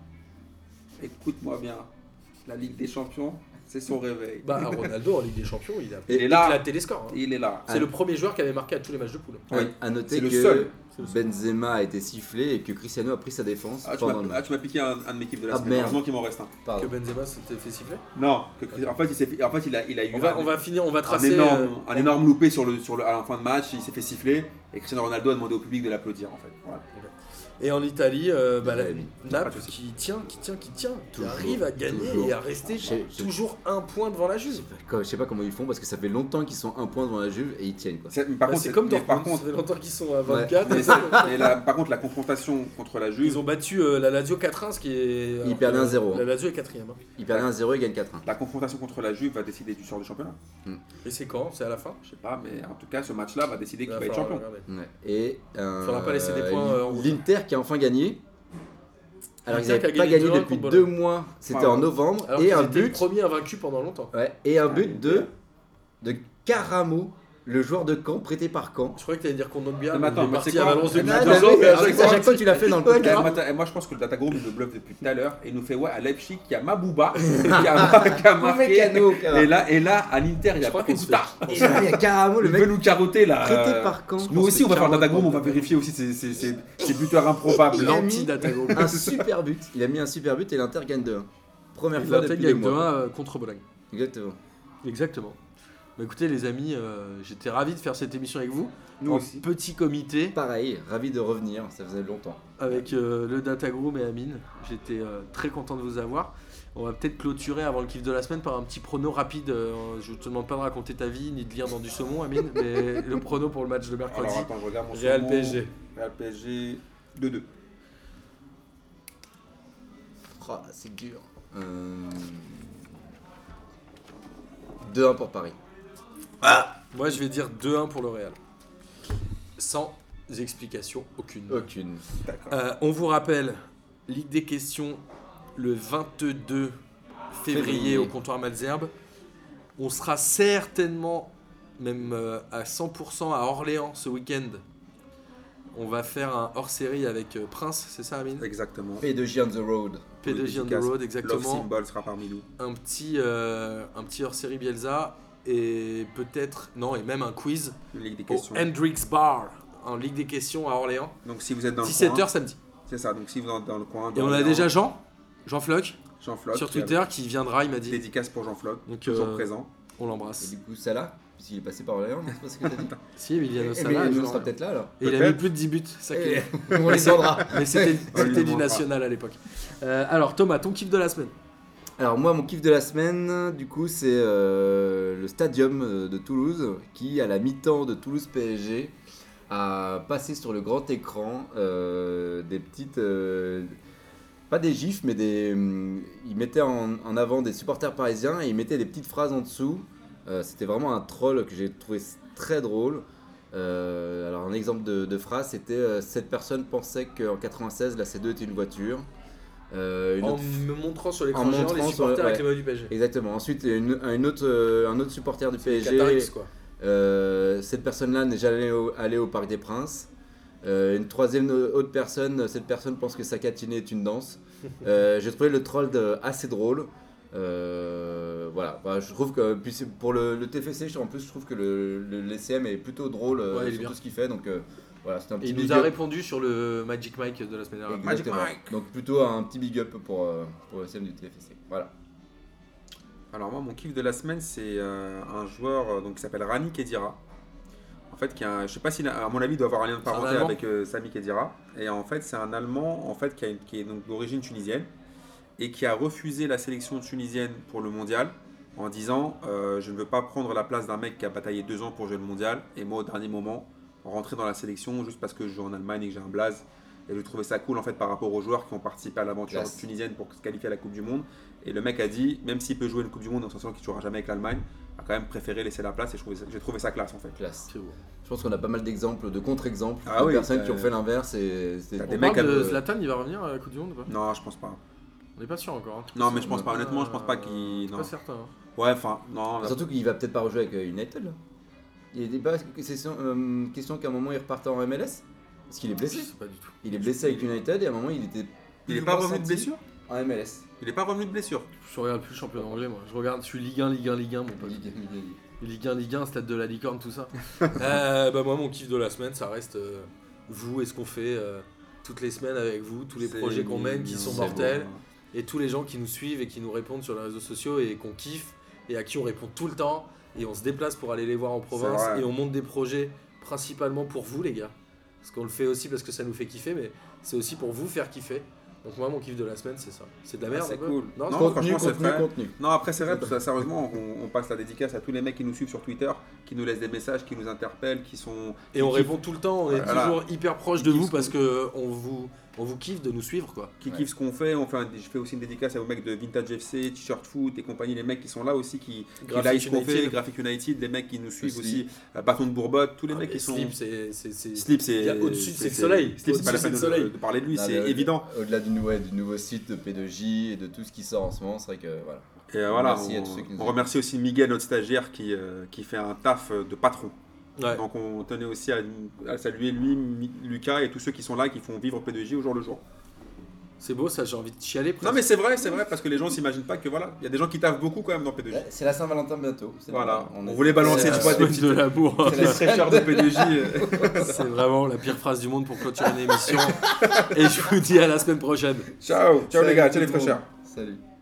Écoute-moi bien, la Ligue des Champions, c'est son réveil. Bah, il en Ligue des Champions, il a Il est là. éclaté les scores. hein. Il est là. C'est le premier joueur qui avait marqué à tous les matchs de poule. Oui, À noter c'est le que seul. Benzema a été sifflé et que Cristiano a pris sa défense pendant le match. tu m'as piqué un de mes kiffs de la Ah, semaine. merde. Heureusement qu'il m'en reste un. Que Pardon. Benzema s'était fait siffler. Non, en fait, il a eu On va finir, on va un tracer. énorme loupé à la fin de match. Il s'est fait siffler et Cristiano Ronaldo a demandé au public de l'applaudir en fait. Voilà. Et en Italie, Italie. Naples Pas de souci. qui tient, qui Toujours, arrive à gagner toujours. et à rester toujours un point devant la Juve. Je sais pas comment ils font parce que ça fait longtemps qu'ils sont un point devant la Juve et ils tiennent quoi. Par Bah, c'est comme mais Dortmund, ça fait longtemps qu'ils sont à 24. par contre, la confrontation contre la Juve, Ils ont battu la Lazio 4-1, ce qui est. Ils perdaient 1-0, La hein. Lazio est 4ème. Ils perdaient 1-0 et gagnent 4-1. la confrontation contre la Juve va décider du sort du championnat. Et c'est quand? C'est à la fin? Je sais pas, mais en tout cas, ce match-là va décider qui Il va être falloir champion. regarder. Ouais. Et Faudra pas laisser des points, en route. l'Inter qui a enfin gagné. Alors ils L'Inter n'avaient qui a pas gagné gagné 2-1 depuis contre 2 Bologne. mois. C'était Ah, en novembre Alors et qu'ils un étaient le but. premier invaincu pendant longtemps. Ouais, et un but de Caramo, le joueur de Caen prêté par Caen. Je croyais que t'allais dire qu'on note bien. Non, mais attends, il est mais parti c'est à quoi Valence Mais depuis attends, 2 ans, mais à chaque fois, tu l'as fait dans le Et podcast. moi, je pense que le Datagroup il me bluffe depuis tout à l'heure et il nous fait ouais à Leipzig il y a Mabouba qui a marqué Mécano, et là à l'Inter il y Je a crois pas qu'on se Kuta. Et là, il y a Caramo, le Il veut mec nous carotter là. prêté par Caen. Nous aussi on va faire le Datagroup, on va Carotte. vérifier aussi ces buteurs improbables. Il a mis L'anti-Datago. un super but. Il a mis un super but et l'Inter gagne 2-1. Première fois L'Inter depuis 2 gagne 2-1 mois. contre Bologne. Exactement. Exactement. Bah, écoutez les amis, j'étais ravi de faire cette émission avec vous. Nous en aussi. petit comité Pareil, ravi de revenir, ça faisait longtemps. avec le Datagroom et Amine. J'étais très content de vous avoir. On va peut-être clôturer avant le kiff de la semaine par un petit prono rapide. Je te demande pas de raconter ta vie ni de lire dans du saumon, Amine, mais le prono pour le match de mercredi. Alors attends, je regarde mon Real saumon. PSG. Real PSG 2-2. Oh, c'est dur. 2-1 pour Paris. Ah Moi, je vais dire 2-1 pour le Real. Sans explication aucune. D'accord. On vous rappelle, Ligue des questions le 22 février au comptoir Malzerbe. On sera certainement, même à 100% à Orléans ce week-end. On va faire un hors-série avec Prince, c'est ça Amine? Exactement. P2J on the road. P2J on the road, Love exactement. Symbol sera parmi nous. Un petit hors-série Bielsa et peut-être, non, et même un quiz Une Ligue des au questions. Hendrix Bar en Ligue des questions à Orléans. Donc si vous êtes dans le 17h coin, samedi. c'est ça. Donc si vous êtes dans le coin, Et on a déjà Jean Floch Jean-Floch sur Twitter qui viendra, il m'a dit. Dédicace pour Jean-Floch, Donc, toujours présent. On Et l'embrasse. du coup, Salah, puisqu'il est passé par Orléans, c'est pas ce que t'as dit. Si, Emiliano Et Sala. nous, joue on en sera Orléans. peut-être là alors. Et il a Peut-être. mis plus de 10 buts. Ça qui est- On les vendra. Mais c'était On lui du demandera. national à l'époque. Alors Thomas, ton kiff de la semaine. Alors moi, mon kiff de la semaine, du coup, c'est le Stadium de Toulouse qui, à la mi-temps de Toulouse PSG, a passé sur le grand écran des petites... pas des gifs, mais il mettait en avant des supporters parisiens et il mettait des petites phrases en dessous. C'était vraiment un troll que j'ai trouvé très drôle. Alors un exemple de phrase, c'était cette personne pensait qu'en 96 la C2 était une voiture. Une En autre- me montrant sur en l'écran géant les montrant sur- supporters avec ouais. les maillots du PSG. Exactement. Ensuite, un autre supporter du Les PSG. Qataris, quoi. Cette personne-là n'est jamais allée au Parc des Princes. Une troisième autre personne, cette personne pense que Sakatine est une danse. J'ai trouvé le troll assez drôle. Voilà. Bah, je trouve que puis pour le TFC, en plus, je trouve que l'ECM est plutôt drôle Ouais, il est sur bien. tout ce qu'il fait. Donc voilà, c'était un Et petit il big nous a up. répondu sur le Magic Mike de la semaine dernière. Magic Exactement. Mike. Donc plutôt un petit big up pour l'ECM du TFC. Voilà. Alors moi, mon kiff de la semaine, c'est un joueur donc, qui s'appelle Rani Khedira. En fait, je sais pas si, à mon avis, il doit avoir un lien de C'est un parenté Allemand. avec Sami Khedira. Et en fait, c'est un Allemand en fait, qui est donc d'origine tunisienne et qui a refusé la sélection tunisienne pour le mondial en disant je ne veux pas prendre la place d'un mec qui a bataillé 2 ans pour jouer le mondial et moi, au dernier moment, rentrer dans la sélection juste parce que je joue en Allemagne et que j'ai un blaze. Et je trouvais ça cool en fait par rapport aux joueurs qui ont participé à l'aventure Classe. tunisienne pour se qualifier à la Coupe du Monde. Et le mec a dit, même s'il peut jouer une Coupe du Monde en sachant qu'il ne jouera jamais avec l'Allemagne, a quand même préféré laisser la place et j'ai trouvé ça classe en fait. Classe. C'est beau. Je pense qu'on a pas mal d'exemples, de contre-exemples, Ah de oui, personnes qui ont fait l'inverse. t'as On des parle mecs de à- Zlatan, il va revenir à la Coupe du Monde ou pas? Non, je pense pas. On n'est pas sûr encore. Hein. Non, mais je pense pas. Honnêtement, je pense pas qu'il. Non. Pas certain. hein. Ouais, enfin, non. Surtout qu'il va peut-être pas rejouer avec United. Là. Il était pas question qu'à un moment il repartait en MLS. Parce qu'il est Je blessé. sais pas du tout. Il est blessé avec United et à un moment il était. Il est plus pas ou moins revenu de senti blessure en MLS. Il est pas revenu de blessure. Je regarde plus le championnat anglais, moi. Je suis Ligue 1, mon pote. Ligue 1, Stade de la Licorne, tout ça. Bah moi, mon kiff de la semaine, ça reste vous et ce qu'on fait toutes les semaines avec vous, tous les C'est projets qu'on mène qui mignon, sont c'est mortels, beau. et tous les gens qui nous suivent et qui nous répondent sur les réseaux sociaux et qu'on kiffe et à qui on répond tout le temps. Et on se déplace pour aller les voir en province C'est vrai. et on monte des projets principalement pour vous, les gars. Parce qu'on le fait aussi parce que ça nous fait kiffer, mais c'est aussi pour vous faire kiffer. Donc moi, mon kiff de la semaine, c'est ça. C'est de la merde. c'est un peu cool. Non, Non, c'est- franchement, c'est vrai. Contenu. Non, après, c'est vrai, parce que, sérieusement, on passe la dédicace à tous les mecs qui nous suivent sur Twitter, qui nous laissent des messages, qui nous interpellent, qui sont. Et on qui répond tout le temps, on est Voilà. toujours hyper proche Qui de kiffe vous ce parce que on vous kiffe de nous suivre, quoi. Qui kiffent ce qu'on fait. Je fais aussi une dédicace aux mecs de Vintage FC, T-shirt Foot et compagnie, les mecs qui sont là aussi, qui Graphic like ce qu'on United. fait, les Graphic United, les mecs qui nous suivent Aussi. aussi, Bâton de Bourbotte, tous les mecs qui sont. Slip, c'est Slip, c'est. il y a au-dessus, c'est le soleil. Slip, c'est pas la Au-dessus, peine c'est le soleil. de parler de lui, Non, c'est mais évident. Au-delà du nouveau site de P2J et de tout ce qui sort en ce moment, c'est vrai que voilà. Et voilà, Merci à tous ceux qui nous on écoutent. remercie aussi Miguel, notre stagiaire, qui fait un taf de patron. Ouais. Donc on tenait aussi à saluer lui, Lucas et tous ceux qui sont là, qui font vivre P2J au jour le jour. C'est beau, ça, j'ai envie de chialer. Non mais c'est vrai, parce que les gens s'imaginent pas que voilà, il y a des gens qui taffent beaucoup quand même dans P2J. C'est la Saint-Valentin bientôt. c'est Voilà, normal. on voulait balancer c'est tu la vois, des semaine petites de l'amour. C'est la fraîcheurs de P2J. C'est vraiment la pire phrase du monde pour clôturer une émission. Et je vous dis à la semaine prochaine. Ciao, ciao les gars, ciao tout les le monde. fraîcheurs. Salut.